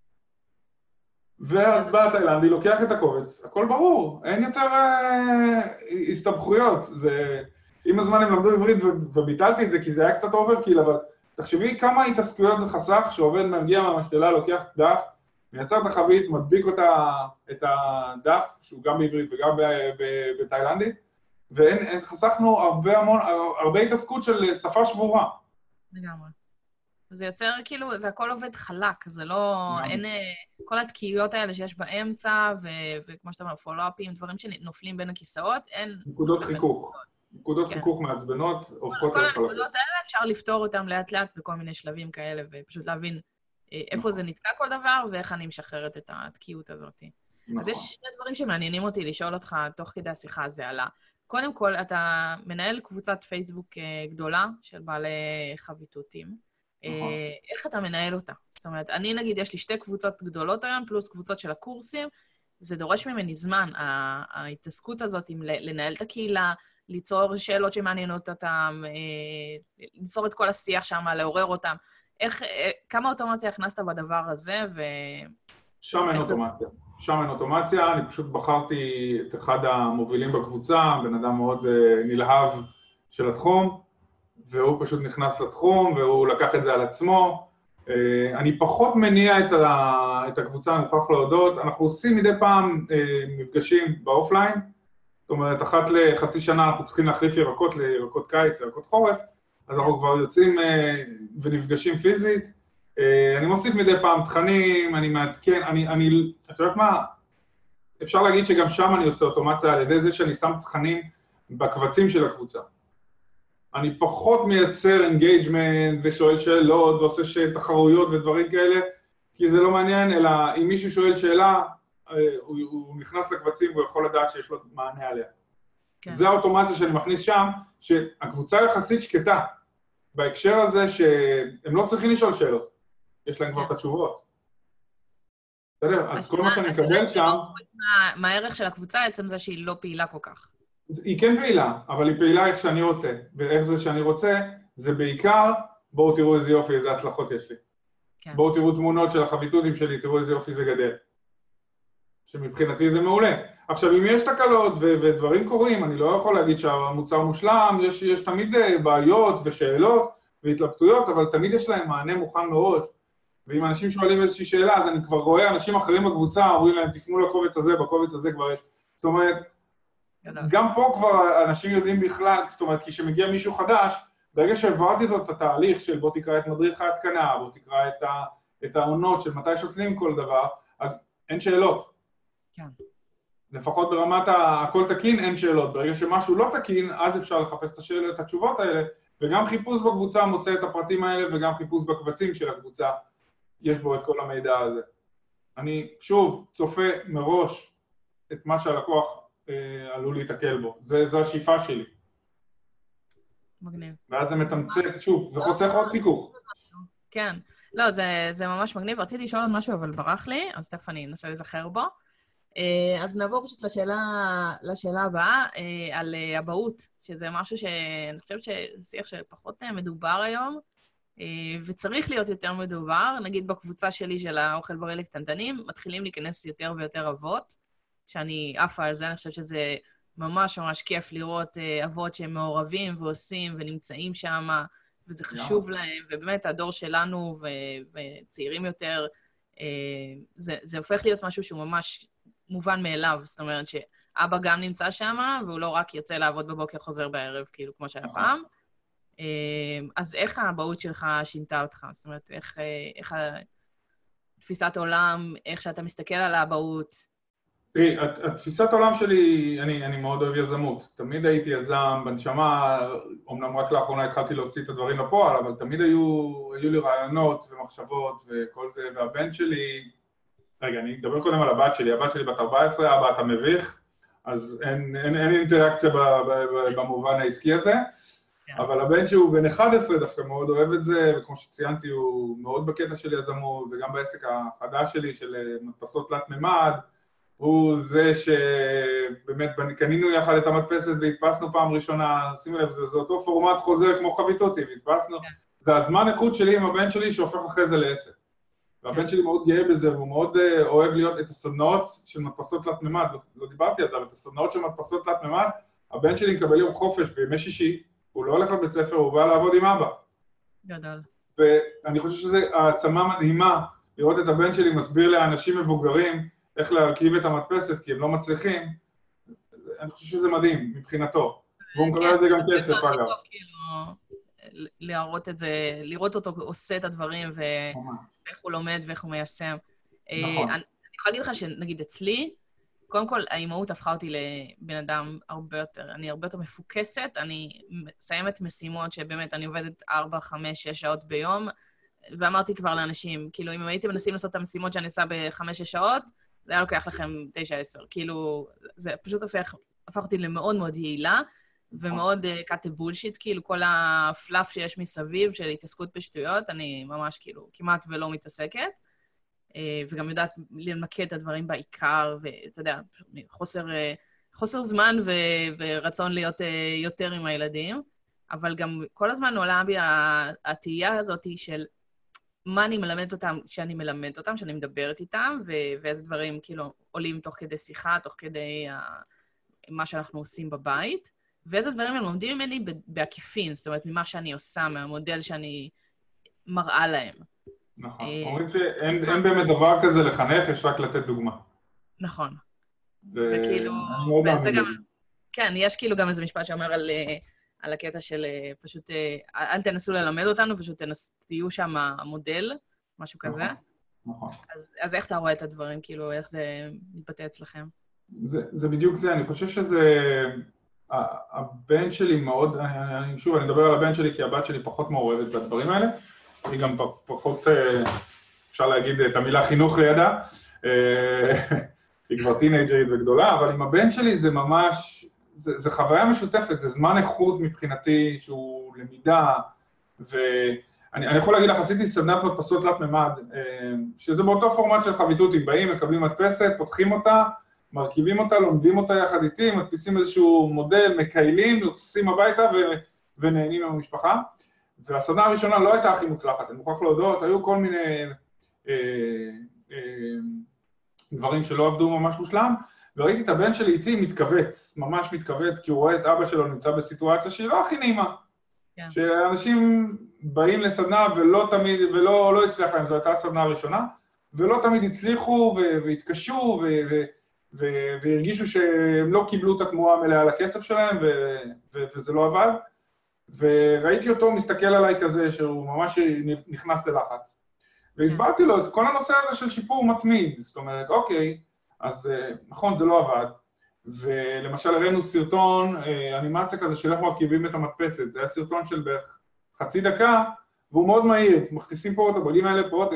ואז בא התאילנדי, לוקח את הקובץ, הכל ברור, אין יותר הסתבכויות. עם הזמן הם למדו עברית וביטלתי את זה, כי זה היה קצת אוברקיל, אבל תחשבי כמה התעסקויות זה חסך, שעובד מגיע מהמשתלה, לוקח דף, מייצר את החבית, מדביק את הדף, שהוא גם בעברית וגם בתאילנדית, וחסכנו הרבה התעסקות של שפה שבורה. לגמרי. זה יוצר כאילו, זה הכל עובד חלק, זה לא, אין כל התקיעות האלה שיש באמצע, וכמו שאתה אומר, פולו-אפים, דברים שנופלים בין הכיסאות, אין... נקודות חיכוך. נקודות חיכוך מעצבנות, הופכות כל הנקודות האלה אפשר לפתור אותם לאט-לאט בכל מיני שלבים כאלה, ופשוט להבין איפה זה נתקע כל דבר, ואיך אני משחררת את התקיעות הזאת. אז יש שני דברים שמעניינים אותי לשאול אותך תוך כדי השיחה הזה עלה. קודם כל, אתה מנהל קבוצת פייסבוק גדולה של בעלי חביתותים. איך אתה מנהל אותה? זאת אומרת, אני נגיד, יש לי 2 קבוצות גדולות היום, פלוס קבוצות של הקורסים, זה דורש ממני זמן, ההתעסקות הזאת עם לנהל את הקהילה, ליצור שאלות שמעניינות אותם, ליצור את כל השיח שם, לעורר אותם. כמה אוטומציה הכנסת בדבר הזה, שם אין אוטומציה. שם אין אוטומציה, אני פשוט בחרתי את אחד המובילים בקבוצה, בן אדם מאוד נלהב של התחום, והוא פשוט נכנס לתחום, והוא לקח את זה על עצמו. אני פחות מניע את הקבוצה, אני מוכרח להודות. אנחנו עושים מדי פעם מפגשים באופליין, זאת אומרת, אחת לחצי שנה אנחנו צריכים להחליף ירקות לירקות קיץ, ירקות חורף, אז אנחנו כבר יוצאים ונפגשים פיזית. אני מוסיף מדי פעם תכנים, אני מעדכן, את יודעת מה? אפשר להגיד שגם שם אני עושה אוטומציה על ידי זה שאני שם תכנים בקבצים של הקבוצה. אני פחות מייצר אינגייג'מנט ושואל שאלות ועושה תחרויות ודברים כאלה, כי זה לא מעניין, אלא אם מישהו שואל שאלה, הוא נכנס לקבצים והוא יכול לדעת שיש לו מענה עליה. כן. זה האוטומציה שאני מכניס שם, שהקבוצה יחסית שקטה, בהקשר הזה שהם לא צריכים לשאול שאלות, יש להם כבר את התשובות. בסדר? אז כל מה שאני אקבל שם... מה הערך של הקבוצה עצם זה שהיא לא פעילה כל כך? היא כן פעילה, אבל היא פעילה איך שאני רוצה, ואיך זה שאני רוצה, זה בעיקר, בואו תראו איזה יופי, איזה הצלחות יש לי. כן. בואו תראו תמונות של החביתותים שלי, תראו איזה יופי זה גדל. שמבחינתי זה מעולה. עכשיו, אם יש תקלות ודברים קורים, אני לא יכול להגיד שהמוצר מושלם, יש תמיד בעיות ושאלות והתלבטויות, אבל תמיד יש להם מענה מוכן מראש. ואם אנשים שואלים איזושהי שאלה, אז אני כבר רואה אנשים אחרים בקבוצה, אומרים להם, תפנו לקובץ הזה, בקובץ הזה כבר יש. זאת אומרת, גם פה כבר אנשים יודעים בכלל, זאת אומרת, כי כשמגיע מישהו חדש, ברגע שהעברתי לו את התהליך של בוא תקרא את מדריך ההתקנה, בוא תקרא את העונות של מתי שותלים כל דבר, אז אין שאלות. כן. לפחות ברמת הכל תקין, אין שאלות. ברגע שמשהו לא תקין, אז אפשר לחפש את התשובות האלה, וגם חיפוש בקבוצה מוצא את הפרטים האלה, וגם חיפוש בקבצים של הקבוצה, יש בו את כל המידע הזה. אני שוב צופה מראש את מה שהלקוח עלול להתקל בו. זו השאיפה שלי. מגניב. ואז זה מתמצת, שוב, זה חוסך עוד חיכוך. כן. לא, זה ממש מגניב. רציתי לשאול עוד משהו, אבל ברח לי, אז תכף אני אנסה לזכר בו. אז נעבור פשוט לשאלה הבאה, על אבהות, שזה משהו שאני חושבת שזה שיח שפחות מדובר היום, וצריך להיות יותר מדובר. נגיד בקבוצה שלי של האוכל בריא לקטנטנים, מתחילים להיכנס יותר ויותר אבות, שאני עפה על זה, אני חושבת שזה ממש ממש כיף לראות אבות שהם מעורבים ועושים ונמצאים שם, וזה חשוב להם, ובאמת הדור שלנו וצעירים יותר, זה הופך להיות משהו שהוא ממש מובן מאליו, זאת אומרת שאבא גם נמצא שם, והוא לא רק יוצא לעבוד בבוקר, חוזר בערב, כאילו כמו שהיה פעם. אז איך האבהות שלך שינתה אותך? זאת אומרת, איך תפיסת עולם, איך שאתה מסתכל על האבהות? תראי, התפיסת העולם שלי, אני מאוד אוהב יזמות. תמיד הייתי יזם, בנשמה, אמנם רק לאחרונה התחלתי להוציא את הדברים לפועל, אבל תמיד היו לי רעיונות ומחשבות וכל זה, והבן שלי, רגע, אני אדבר קודם על הבת שלי. הבת שלי בת 14, אבא, אתה מביך, אז אין אינטראקציה במובן העסקי הזה, אבל הבן שהוא בן 11 דווקא מאוד אוהב את זה, וכמו שציינתי, הוא מאוד בקטע של יזמות, וגם בעסק החדש שלי של מדפסות תלת ממד, הוא זה שבאמת קנינו יחד את המדפסת והדפסנו פעם ראשונה, שימו לב, זה אותו פורמט חוזר כמו חביתותי, והדפסנו, זה הזמן איכות שלי עם הבן שלי שהופך אחרי זה לעסק. והבן שלי מאוד גאה בזה, והוא מאוד אוהב להיות את הסדנאות של מדפסות תלת ממד, לא דיברתי על זה, אבל את הסדנאות של מדפסות תלת ממד, הבן שלי מקבל יום חופש בימי שישי, הוא לא הולך לבית ספר, הוא בא לעבוד עם אבא. גדול. ואני חושב שזו העצמה מדהימה, לראות את הבן שלי מסביר לאנשים מבוגרים איך להרכיב את המדפסת, כי הם לא מצליחים, אני חושב שזה מדהים מבחינתו. והוא מקבל את זה גם כסף, אגב. להראות את זה, לראות אותו עושה את הדברים, ואיך הוא לומד ואיך הוא מיישם. נכון. אני יכולה להגיד לך שנגיד אצלי, קודם כל, האימהות הפכה אותי לבן אדם הרבה יותר מפוקסת, אני מסיימת משימות שבאמת אני עובדת 4, 5, 6 שעות ביום, ואמרתי כבר לאנשים, כאילו, אם הייתם מנסים לעשות את המשימות שאני עושה ב5, 6 שעות, זה היה לוקח לכם 9, 10. כאילו, זה פשוט הפך אותי למאוד מאוד יעילה, ומאוד cut bullshit, כאילו, כל הפלאף שיש מסביב של התעסקות בשטויות, אני ממש כאילו כמעט ולא מתעסקת, וגם יודעת למקד את הדברים בעיקר, ואתה יודע, חוסר זמן ורצון להיות יותר עם הילדים, אבל גם כל הזמן עולה בי התהייה הזאת של מה אני מלמדת אותם כשאני מלמדת אותם, שאני מדברת איתם, ואיזה דברים כאילו עולים תוך כדי שיחה, תוך כדי מה שאנחנו עושים בבית, ואיזה דברים הם לומדים ממני בעקיפין, זאת אומרת, ממה שאני עושה, מהמודל שאני מראה להם. נכון, אומרים שאין באמת דבר כזה לחנך, יש רק לתת דוגמה. נכון. וכאילו, וזה גם, כן, יש כאילו גם איזה משפט שאומר על הקטע של פשוט, אל תנסו ללמד אותנו, פשוט תהיו שם המודל, משהו כזה. נכון. אז איך אתה רואה את הדברים, כאילו, איך זה מתבטא אצלכם? זה בדיוק זה, אני חושב שזה, הבן שלי מאוד, שוב, אני מדבר על הבן שלי, כי הבת שלי פחות מעורבת בדברים האלה, היא גם פחות, אפשר להגיד את המילה חינוך לידה, היא כבר טינג'רית וגדולה, אבל עם הבן שלי זה ממש, זה חוויה משותפת, זה זמן איכות מבחינתי שהוא למידה, ואני יכול להגיד לך, עשיתי סדנת מדפסות תלת ממד, שזה באותו פורמט של חביתותים, באים, מקבלים מדפסת, פותחים אותה, מרכיבים אותה, לומדים אותה יחד איתי, מדפיסים איזשהו מודל, מקיילים, לוקסים הביתה ונהנים עם המשפחה. והסדנה הראשונה לא הייתה הכי מוצלחת, אני מוכרח להודות, היו כל מיני דברים שלא עבדו ממש מושלם, וראיתי את הבן שלי איתי מתכווץ, ממש מתכווץ, כי הוא רואה את אבא שלו נמצא בסיטואציה שהיא לא הכי נעימה. Yeah. שאנשים באים לסדנה ולא תמיד, ולא הצליח להם, זו הייתה הסדנה הראשונה, ולא תמיד הצליחו והתקשו והרגישו שהם לא קיבלו את התמורה המלאה לכסף שלהם, וזה לא עבד. וראיתי אותו מסתכל עליי כזה, שהוא ממש נכנס ללחץ. והסברתי לו את כל הנושא הזה של שיפור מתמיד. זאת אומרת, אוקיי, אז נכון, זה לא עבד. ולמשל, הראינו סרטון, אנימציה כזה של איך מרכיבים את המדפסת. זה היה סרטון של בערך חצי דקה, והוא מאוד מהיר, מכניסים פה את הבולים האלה פה,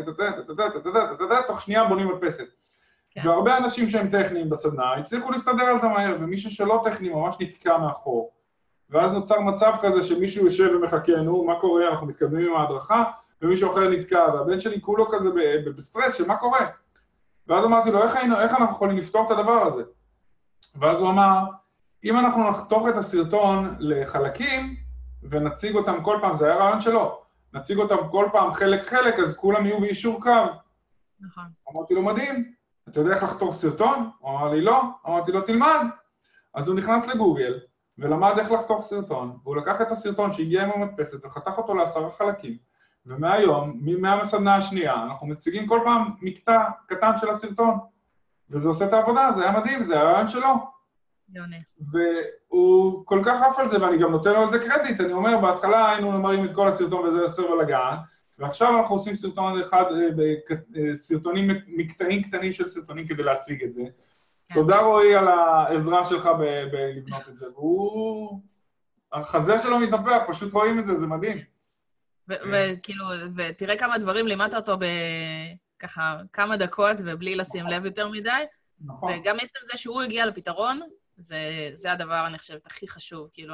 תוך שנייה בונים מדפסת. והרבה אנשים שהם טכניים בסדנה הצליחו להסתדר על זה מהר, ומישהו שלא טכני ממש נתקע מאחור. ואז נוצר מצב כזה שמישהו יושב ומחכה, נו, מה קורה, אנחנו מתקדמים עם ההדרכה, ומישהו אחר נתקע, והבן שלי כולו כזה בסטרס של מה קורה. ואז אמרתי לו, איך אנחנו יכולים לפתור את הדבר הזה? ואז הוא אמר, אם אנחנו נחתוך את הסרטון לחלקים, ונציג אותם כל פעם, זה היה רעיון שלו, נציג אותם כל פעם חלק, אז כולם יהיו באישור קו. נכון. אמרתי לו, מדהים, אתה יודע איך לחתוך סרטון? הוא אמר לי, לא. אמרתי לו, תלמד. אז הוא נכנס לגוגל, ולמד איך לחתוך סרטון, והוא לקח את הסרטון שהגיע עם המדפסת, וחתך אותו ל10 חלקים, ומהיום, מהמסדנה השנייה, אנחנו מציגים כל פעם מקטע קטן של הסרטון, וזה עושה את העבודה, זה היה מדהים, זה הרעיון שלו. יוני. והוא כל כך עף על זה, ואני גם נותן לו על זה קרדיט, אני אומר, בהתחלה היינו מראים את כל הסרטון וזה יוצר בלגן, ועכשיו אנחנו עושים סרטון אחד, סרטונים, מקטעים קטנים של סרטונים כדי להציג את זה. תודה רועי על העזרה שלך בלבנות את זה, והוא... החזה שלו מתנפח, פשוט רואים את זה, זה מדהים. וכאילו, ותראה כמה דברים לימדת אותו בככה כמה דקות ובלי לשים לב יותר מדי. נכון. וגם בעצם זה שהוא הגיע לפתרון, זה הדבר, אני חושבת, הכי חשוב. כאילו,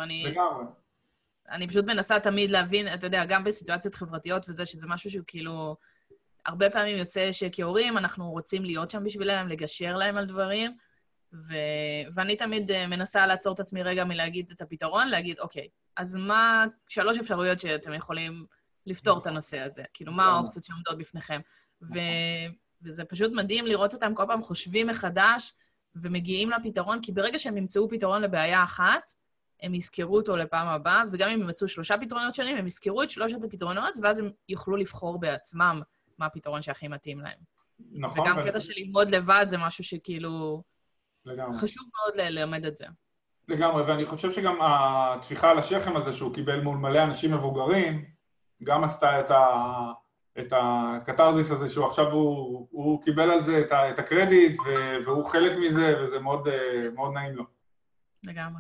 אני פשוט מנסה תמיד להבין, אתה יודע, גם בסיטואציות חברתיות וזה, שזה משהו שהוא כאילו... הרבה פעמים יוצא שכהורים אנחנו רוצים להיות שם בשבילם, לגשר להם על דברים, ואני תמיד מנסה לעצור את עצמי רגע מלהגיד את הפתרון, להגיד, אוקיי, אז מה 3 אפשרויות שאתם יכולים לפתור את הנושא הזה? כאילו, מה האופציות שעומדות בפניכם? וזה פשוט מדהים לראות אותם כל פעם חושבים מחדש, ומגיעים לפתרון, כי ברגע שהם ימצאו פתרון לבעיה אחת, הם יזכרו אותו לפעם הבאה, וגם אם ימצאו 3 פתרונות שונים, הם יזכרו את 3 הפתרונות, ואז הם יוכלו לבחור בעצמם מה הפתרון שהכי מתאים להם. נכון. וגם קטע של ללמוד לבד זה משהו שכאילו... לגמרי. חשוב מאוד ללמד את זה. לגמרי, ואני חושב שגם התפיחה על השכם הזה שהוא קיבל מול מלא אנשים מבוגרים, גם עשתה את הקטרזיס הזה שהוא עכשיו הוא קיבל על זה את הקרדיט, והוא חלק מזה, וזה מאוד, מאוד נעים לו. לגמרי.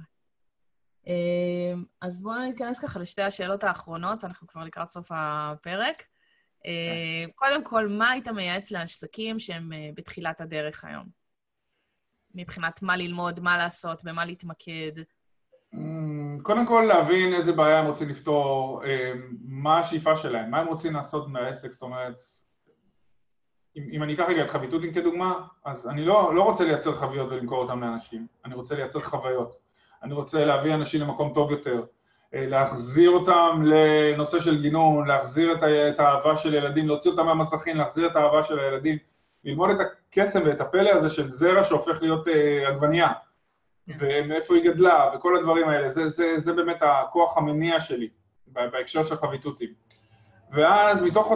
אז בואו ניכנס ככה לשתי השאלות האחרונות, אנחנו כבר לקראת סוף הפרק. קודם כל, מה היית מייעץ לעסקים שהם בתחילת הדרך היום? מבחינת מה ללמוד, מה לעשות, במה להתמקד? קודם כל, להבין איזה בעיה הם רוצים לפתור, מה השאיפה שלהם, מה הם רוצים לעשות מהעסק, זאת אומרת, אם אני אקח רגע את חביתותים כדוגמה, אז אני לא רוצה לייצר חביות ולמכור אותם לאנשים, אני רוצה לייצר חוויות, אני רוצה להביא אנשים למקום טוב יותר, להחזיר אותם לנושא של גינון, להחזיר את האהבה של ילדים, להוציא אותם מהמסכים, להחזיר את האהבה של הילדים, ללמוד את הקסם ואת הפלא הזה של זרע שהופך להיות עגבנייה, ומאיפה היא גדלה, וכל הדברים האלה, זה באמת הכוח המניע שלי, בהקשר של חביתותים. ואז מתוך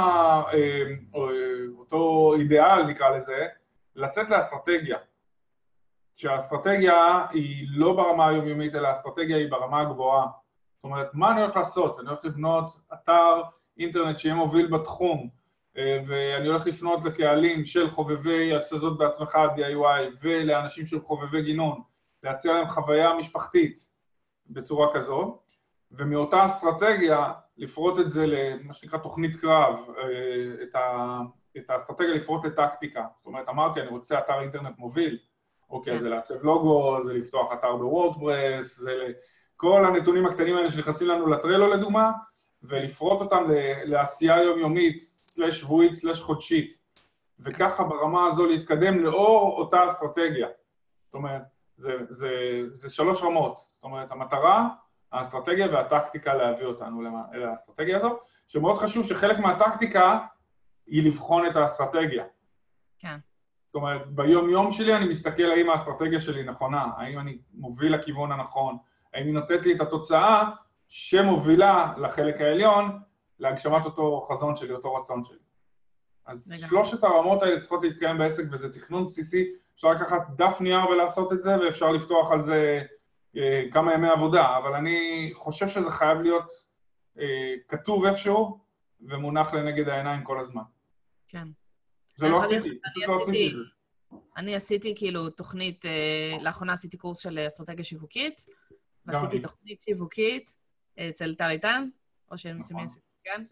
אותו אידיאל, נקרא לזה, לצאת לאסטרטגיה. שהאסטרטגיה היא לא ברמה היומיומית, אלא האסטרטגיה היא ברמה הגבוהה. זאת אומרת, מה אני הולך לעשות? אני הולך לבנות אתר אינטרנט שיהיה מוביל בתחום, ואני הולך לפנות לקהלים של חובבי הסזות בעצמך DIY, ולאנשים של חובבי גינון, להציע להם חוויה משפחתית בצורה כזו, ומאותה אסטרטגיה לפרוט את זה למה שנקרא תוכנית קרב, את האסטרטגיה לפרוט לטקטיקה. זאת אומרת, אמרתי, אני רוצה אתר אינטרנט מוביל, אוקיי, זה לעצב לוגו, זה לפתוח אתר בוורדפרס, זה כל הנתונים הקטנים האלה שנכנסים לנו לטרלו לדוגמה, ולפרוט אותם לעשייה יומיומית, סלש שבועית, סלש חודשית, וככה ברמה הזו להתקדם לאור אותה אסטרטגיה. זאת אומרת, זה 3 רמות. זאת אומרת, המטרה, האסטרטגיה והטקטיקה להביא אותנו לאסטרטגיה הזו, שמאוד חשוב שחלק מהטקטיקה היא לבחון את האסטרטגיה. כן. זאת אומרת, ביום-יום שלי אני מסתכל האם האסטרטגיה שלי נכונה, האם אני מוביל לכיוון הנכון, האם היא נותנת לי את התוצאה שמובילה לחלק העליון, להגשמת אותו חזון שלי, אותו רצון שלי. אז 3 הרמות האלה צריכות להתקיים בעסק, וזה תכנון בסיסי, אפשר לקחת דף נייר ולעשות את זה, ואפשר לפתוח על זה כמה ימי עבודה, אבל אני חושב שזה חייב להיות כתוב איפשהו, ומונח לנגד העיניים כל הזמן. כן. זה לא עשיתי, אני עשיתי כאילו תוכנית, לאחרונה עשיתי קורס של אסטרטגיה שיווקית, ועשיתי תוכנית שיווקית אצל טל איתן, או שהם כן?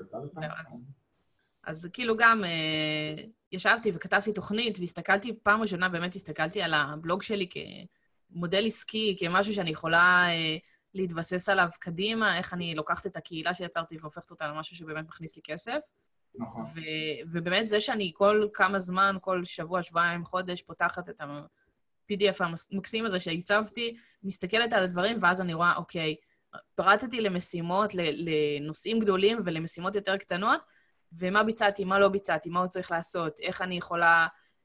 אז כאילו גם ישבתי וכתבתי תוכנית, והסתכלתי, פעם ראשונה באמת הסתכלתי על הבלוג שלי כמודל עסקי, כמשהו שאני יכולה להתבסס עליו קדימה, איך אני לוקחת את הקהילה שיצרתי והופכת אותה למשהו שבאמת מכניס לי כסף. נכון. ובאמת זה שאני כל כמה זמן, כל שבוע, שבועיים, חודש, פותחת את ה-PDF המקסים הזה שהצבתי, מסתכלת על הדברים, ואז אני רואה, אוקיי, פרטתי למשימות, לנושאים גדולים ולמשימות יותר קטנות, ומה ביצעתי, מה לא ביצעתי, מה הוא צריך לעשות, איך אני יכולה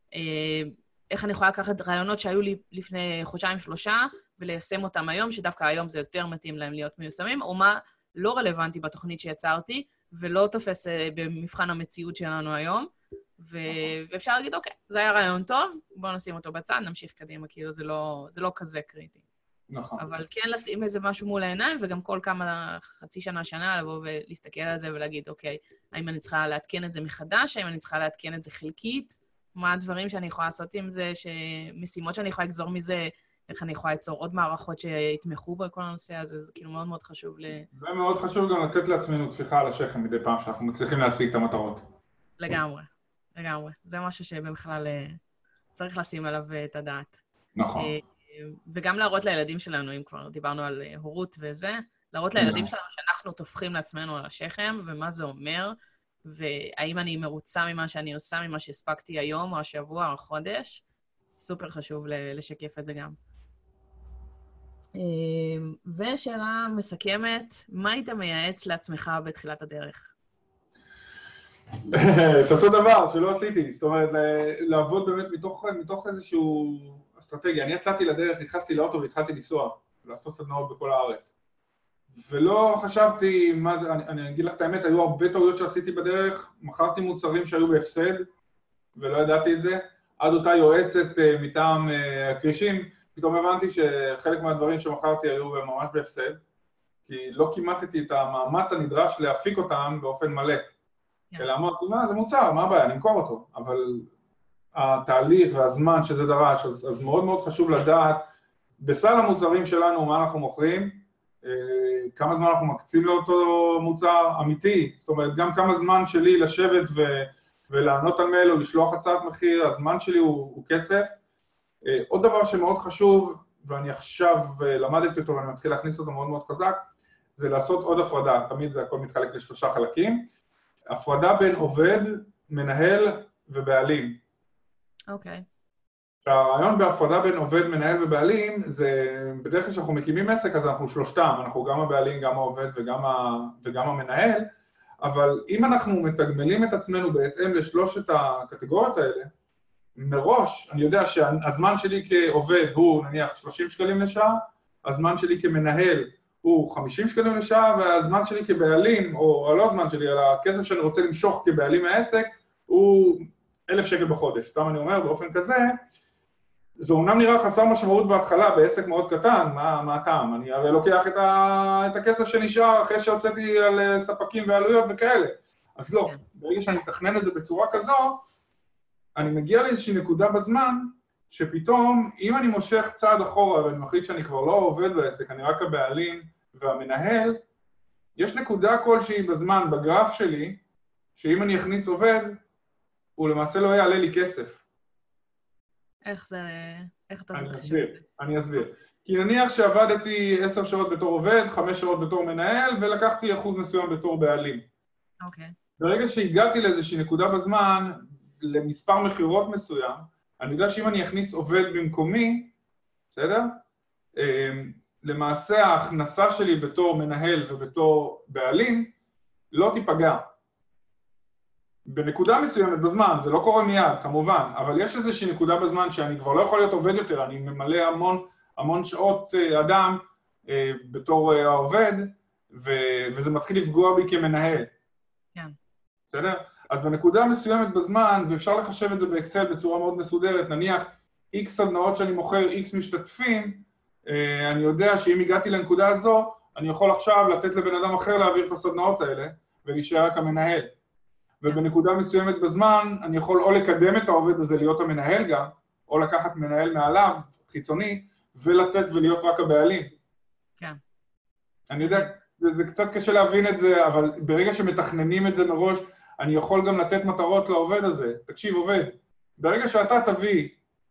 לקחת רעיונות שהיו לי לפני חודשיים-שלושה, וליישם אותם היום, שדווקא היום זה יותר מתאים להם להיות מיושמים, או מה לא רלוונטי בתוכנית שיצרתי, ולא תופס במבחן המציאות שלנו היום, ואפשר להגיד, אוקיי, זה היה רעיון טוב, בואו נשים אותו בצד, נמשיך קדימה, כאילו זה לא כזה קריטי. נכון. אבל כן לשים איזה משהו מול העיניים, וגם כל כמה, חצי שנה, שנה, לבוא ולהסתכל על זה ולהגיד, אוקיי, האם אני צריכה לעדכן את זה מחדש, האם אני צריכה לעדכן את זה חלקית, מה הדברים שאני יכולה לעשות עם זה, משימות שאני יכולה לגזור מזה, איך אני יכולה ליצור עוד מערכות שיתמכו בכל הנושא הזה, זה כאילו מאוד מאוד חשוב זה מאוד חשוב גם לתת לעצמנו טפיחה על השכם מדי פעם שאנחנו מצליחים להשיג את המטרות. לגמרי, לגמרי. זה משהו שבכלל צריך לשים עליו את הדעת. נכון. וגם להראות לילדים שלנו, אם כבר דיברנו על הורות וזה, להראות לילדים שלנו שאנחנו תופחים לעצמנו על השכם, ומה זה אומר, והאם אני מרוצה ממה שאני עושה, ממה שהספקתי היום, או השבוע, או החודש, סופר חשוב לשקף את זה גם. ושאלה מסכמת, מה היית מייעץ לעצמך בתחילת הדרך? את אותו דבר שלא עשיתי, זאת אומרת, לעבוד באמת מתוך איזשהו אסטרטגיה. אני יצאתי לדרך, נכנסתי לאוטו והתחלתי לנסוע, לעשות סדנאות בכל הארץ. ולא חשבתי מה זה, אני אגיד לך את האמת, היו הרבה טעויות שעשיתי בדרך, מכרתי מוצרים שהיו בהפסד, ולא ידעתי את זה. עד אותה יועצת מטעם הקרישים, פתאום הבנתי שחלק מהדברים שמכרתי היו ממש בהפסד, כי לא כימתתי את המאמץ הנדרש להפיק אותם באופן מלא. אלא אמרתי, מה, זה מוצר, מה הבעיה, אני אמכור אותו. אבל התהליך והזמן שזה דרש, אז מאוד מאוד חשוב לדעת בסל המוצרים שלנו מה אנחנו מוכרים, כמה זמן אנחנו מקצים לאותו מוצר אמיתי, זאת אומרת, גם כמה זמן שלי לשבת ולענות על מייל או לשלוח הצעת מחיר, הזמן שלי הוא כסף. עוד דבר שמאוד חשוב, ואני עכשיו למדתי אותו ואני מתחיל להכניס אותו מאוד מאוד חזק, זה לעשות עוד הפרדה, תמיד זה הכל מתחלק לשלושה חלקים, הפרדה בין עובד, מנהל ובעלים. אוקיי. הרעיון בהפרדה בין עובד, מנהל ובעלים, זה בדרך כלל שאנחנו מקימים עסק, אז אנחנו שלושתם, אנחנו גם הבעלים, גם העובד וגם המנהל, אבל אם אנחנו מתגמלים את עצמנו בהתאם לשלושת הקטגוריות האלה, מראש אני יודע שהזמן שלי כעובד הוא נניח 30 שקלים לשעה, הזמן שלי כמנהל הוא 50 שקלים לשעה, והזמן שלי כבעלים, או לא הזמן שלי, אלא הכסף שאני רוצה למשוך כבעלים מהעסק, הוא 1,000 שקל בחודש. סתם אני אומר, באופן כזה, זה אומנם נראה חסר משמעות בהתחלה, בעסק מאוד קטן, מה הטעם? אני הרי לוקח את הכסף שנשאר אחרי שהוצאתי על ספקים ועלויות וכאלה. אז לא, ברגע שאני מתכנן את זה בצורה כזו, אני מגיע לאיזושהי נקודה בזמן, שפתאום, אם אני מושך צעד אחורה, ואני מחליט שאני כבר לא עובד בעסק, אני רק הבעלים והמנהל, יש נקודה כלשהי בזמן, בגרף שלי, שאם אני אכניס עובד, הוא למעשה לא יעלה לי כסף. איך אתה עושה חשוב? אני אסביר. כי נניח שעבדתי 10 שעות בתור עובד, 5 שעות בתור מנהל, ולקחתי אחוז מסוים בתור בעלים. אוקיי. ברגע שהגעתי לאיזושהי נקודה בזמן, למספר מחירות מסוים, אני יודע שאם אני אכניס עובד במקומי, בסדר? למעשה ההכנסה שלי בתור מנהל ובתור בעלים לא תיפגע. בנקודה מסוימת בזמן, זה לא קורה מיד, כמובן, אבל יש איזושהי נקודה בזמן שאני כבר לא יכול להיות עובד יותר, אני ממלא המון שעות אדם בתור העובד, וזה מתחיל לפגוע בי כמנהל. כן. בסדר? אז בנקודה מסוימת בזמן, ואפשר לחשב את זה באקסל בצורה מאוד מסודרת, נניח X סדנאות שאני מוכר, X משתתפים, אני יודע שאם הגעתי לנקודה הזו, אני יכול עכשיו לתת לבן אדם אחר להעביר את הסדנאות האלה, ולהישאר רק המנהל. ובנקודה מסוימת בזמן, אני יכול או לקדם את העובד הזה להיות המנהל גם, או לקחת מנהל מעליו, חיצוני, ולצאת ולהיות רק הבעלים. כן. אני יודע, זה קצת קשה להבין את זה, אבל ברגע שמתכננים את זה מראש, אני יכול גם לתת מטרות לעובד הזה. תקשיב, עובד, ברגע שאתה תביא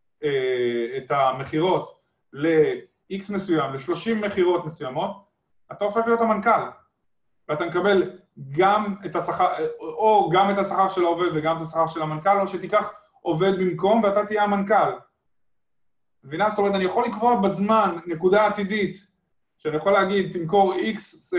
את המחירות ל-X מסוים, ל-30 מחירות מסוימות, אתה הופך להיות המנכ"ל, ואתה מקבל גם את השכר, או גם את השכר של העובד וגם את השכר של המנכ"ל, או שתיקח עובד במקום ואתה תהיה המנכ"ל. מבינה? זאת אומרת, אני יכול לקבוע בזמן נקודה עתידית, שאני יכול להגיד, תמכור X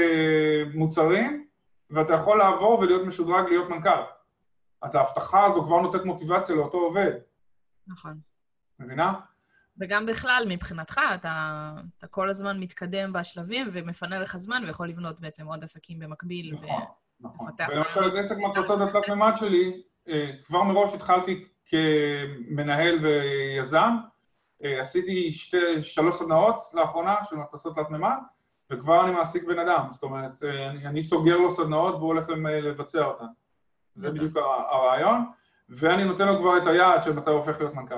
מוצרים, ואתה יכול לעבור ולהיות משודרג להיות מנכ"ל. אז ההבטחה הזו כבר נותנת מוטיבציה לאותו עובד. נכון. מבינה? וגם בכלל, מבחינתך, אתה כל הזמן מתקדם בשלבים ומפנה לך זמן ויכול לבנות בעצם עוד עסקים במקביל. נכון, נכון. ולמשל, את עסק מדפסות התלת מימד שלי, כבר מראש התחלתי כמנהל ויזם, עשיתי 3 סדנאות לאחרונה של מדפסות תלת מימד, וכבר אני מעסיק בן אדם. זאת אומרת, אני סוגר לו סדנאות והוא הולך לבצע אותן. זה בדיוק הרעיון, ואני נותן לו כבר את היעד של מתי הוא הופך להיות מנכ"ל.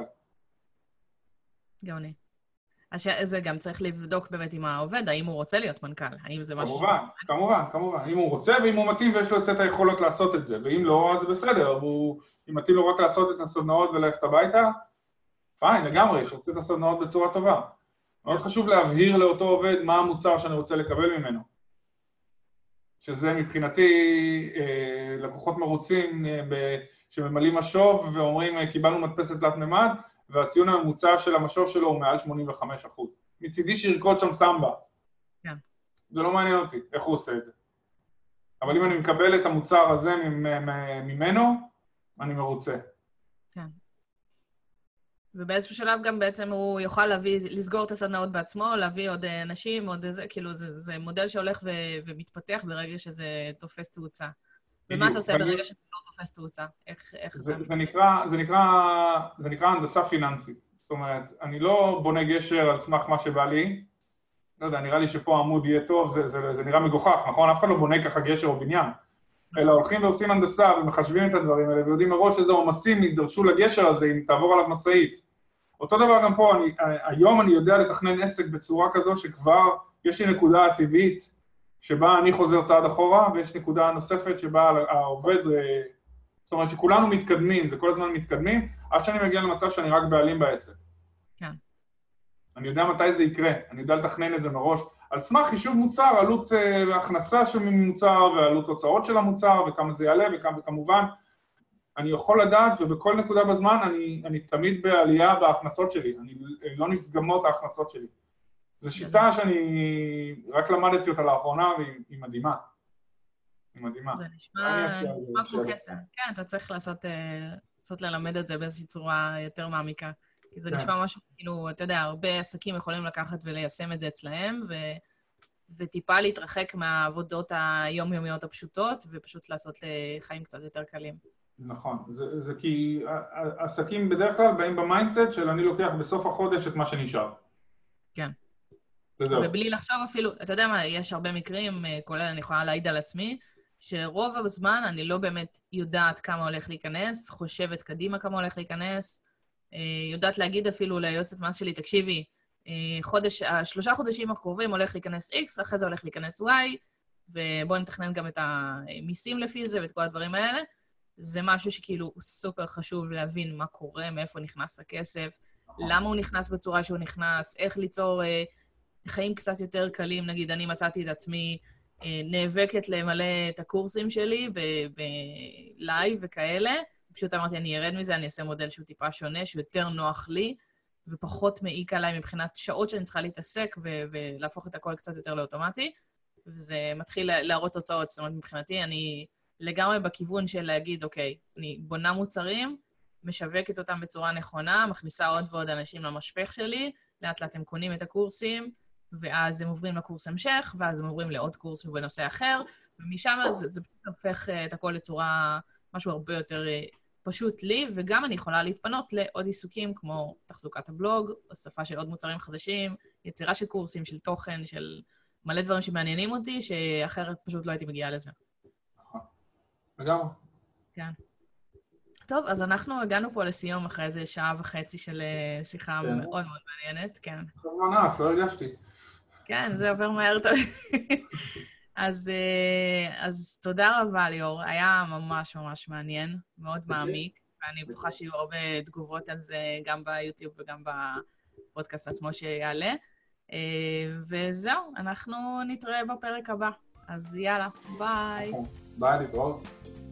גאוני. אז זה גם צריך לבדוק באמת עם העובד, האם הוא רוצה להיות מנכ"ל, האם זה משהו... כמובן. אם הוא רוצה ואם הוא מתאים ויש לו את היכולות לעשות את זה, ואם לא, אז זה בסדר. אם מתאים לו רק לעשות את הסדנאות וללכת הביתה, פיין, לגמרי, שעושה את הסדנאות בצורה טובה. מאוד חשוב להבהיר לאותו עובד מה המוצר שאני רוצה לקבל ממנו. שזה מבחינתי לקוחות מרוצים שממלאים משוב ואומרים, קיבלנו מדפסת תלת מימד, והציון הממוצע של המשוב שלו הוא מעל 85%. מצידי שירקוד שם סמבה. כן. זה לא מעניין אותי, איך הוא עושה את זה. אבל אם אני מקבל את המוצר הזה ממנו, אני מרוצה. כן. ובאיזשהו שלב גם בעצם הוא יוכל לסגור את הסדנאות בעצמו, להביא עוד אנשים, עוד איזה, כאילו זה מודל שהולך ומתפתח ברגע שזה תופס תאוצה. ומה אתה עושה ברגע שזה לא תופס תאוצה? איך אתה... זה נקרא הנדסה פיננסית. זאת אומרת, אני לא בונה גשר על סמך מה שבא לי, לא יודע, נראה לי שפה העמוד יהיה טוב, זה נראה מגוחך, נכון? אף אחד לא בונה ככה גשר או בניין. אלא הולכים ועושים הנדסה ומחשבים את הדברים האלה, ויודעים מראש איזה עומסים ידרשו לגשר הזה אם תעבור עליו משאית. אותו דבר גם פה, היום אני יודע לתכנן עסק בצורה כזו שכבר יש לי נקודה טבעית שבה אני חוזר צעד אחורה, ויש נקודה נוספת שבה העובד, זאת אומרת שכולנו מתקדמים, זה כל הזמן מתקדמים, עד שאני מגיע למצב שאני רק בעלים בעסק. כן. אני יודע מתי זה יקרה, אני יודע לתכנן את זה מראש, על סמך חישוב מוצר, עלות הכנסה של מוצר, ועלות הוצאות של המוצר, וכמה זה יעלה, וכמובן, אני יכול לדעת, ובכל נקודה בזמן אני תמיד בעלייה בהכנסות שלי, אני לא נפגמות ההכנסות שלי. זו שיטה שאני רק למדתי אותה לאחרונה, והיא מדהימה. היא מדהימה. זה נשמע כמו קסם. כן, אתה צריך לעשות ללמד את זה באיזושהי צורה יותר מעמיקה. כי זה נשמע משהו, כאילו, אתה יודע, הרבה עסקים יכולים לקחת וליישם את זה אצלהם, וטיפה להתרחק מהעבודות היומיומיות הפשוטות, ופשוט לעשות לחיים קצת יותר קלים. נכון, זה כי עסקים בדרך כלל באים במיינדסט של אני לוקח בסוף החודש את מה שנשאר. כן. ובלי לחשוב אפילו, אתה יודע מה, יש הרבה מקרים, כולל אני יכולה להעיד על עצמי, שרוב הזמן אני לא באמת יודעת כמה הולך להיכנס, חושבת קדימה כמה הולך להיכנס, יודעת להגיד אפילו ליועצת מס שלי, תקשיבי, 3 חודשים הקרובים הולך להיכנס X, אחרי זה הולך להיכנס Y, ובואו נתכנן גם את המיסים לפי זה ואת כל הדברים האלה. זה משהו שכאילו סופר חשוב להבין מה קורה, מאיפה נכנס הכסף, למה הוא נכנס בצורה שהוא נכנס, איך ליצור חיים קצת יותר קלים. נגיד, אני מצאתי את עצמי נאבקת למלא את הקורסים שלי בלייב וכאלה. פשוט אמרתי, אני ארד מזה, אני אעשה מודל שהוא טיפה שונה, שהוא יותר נוח לי, ופחות מעיק עליי מבחינת שעות שאני צריכה להתעסק ולהפוך את הכל קצת יותר לאוטומטי. וזה מתחיל להראות תוצאות. זאת אומרת, מבחינתי, אני לגמרי בכיוון של להגיד, אוקיי, אני בונה מוצרים, משווקת אותם בצורה נכונה, מכניסה עוד ועוד אנשים למשפך שלי, לאט לאט הם קונים את הקורסים, ואז הם עוברים לקורס המשך, ואז הם עוברים לעוד קורס בנושא אחר, ומשם זה פשוט הופך את הכל לצורה משהו הרבה יותר פשוט לי, וגם אני יכולה להתפנות לעוד עיסוקים כמו תחזוקת הבלוג, הוספה של עוד מוצרים חדשים, יצירה של קורסים, של תוכן, של מלא דברים שמעניינים אותי, שאחרת פשוט לא הייתי מגיעה לזה. לגמרי. כן. טוב, אז אנחנו הגענו פה לסיום אחרי איזה 1.5 שעה של שיחה מאוד מאוד מעניינת, כן. זמן אף, לא הרגשתי. כן, זה עובר מהר טוב. אז תודה רבה, ליאור. היה ממש ממש מעניין, מאוד מעמיק, ואני בטוחה שיהיו הרבה תגובות על זה גם ביוטיוב וגם בפודקאסט עצמו שיעלה. וזהו, אנחנו נתראה בפרק הבא. אז יאללה, ביי. ביי, להתראות.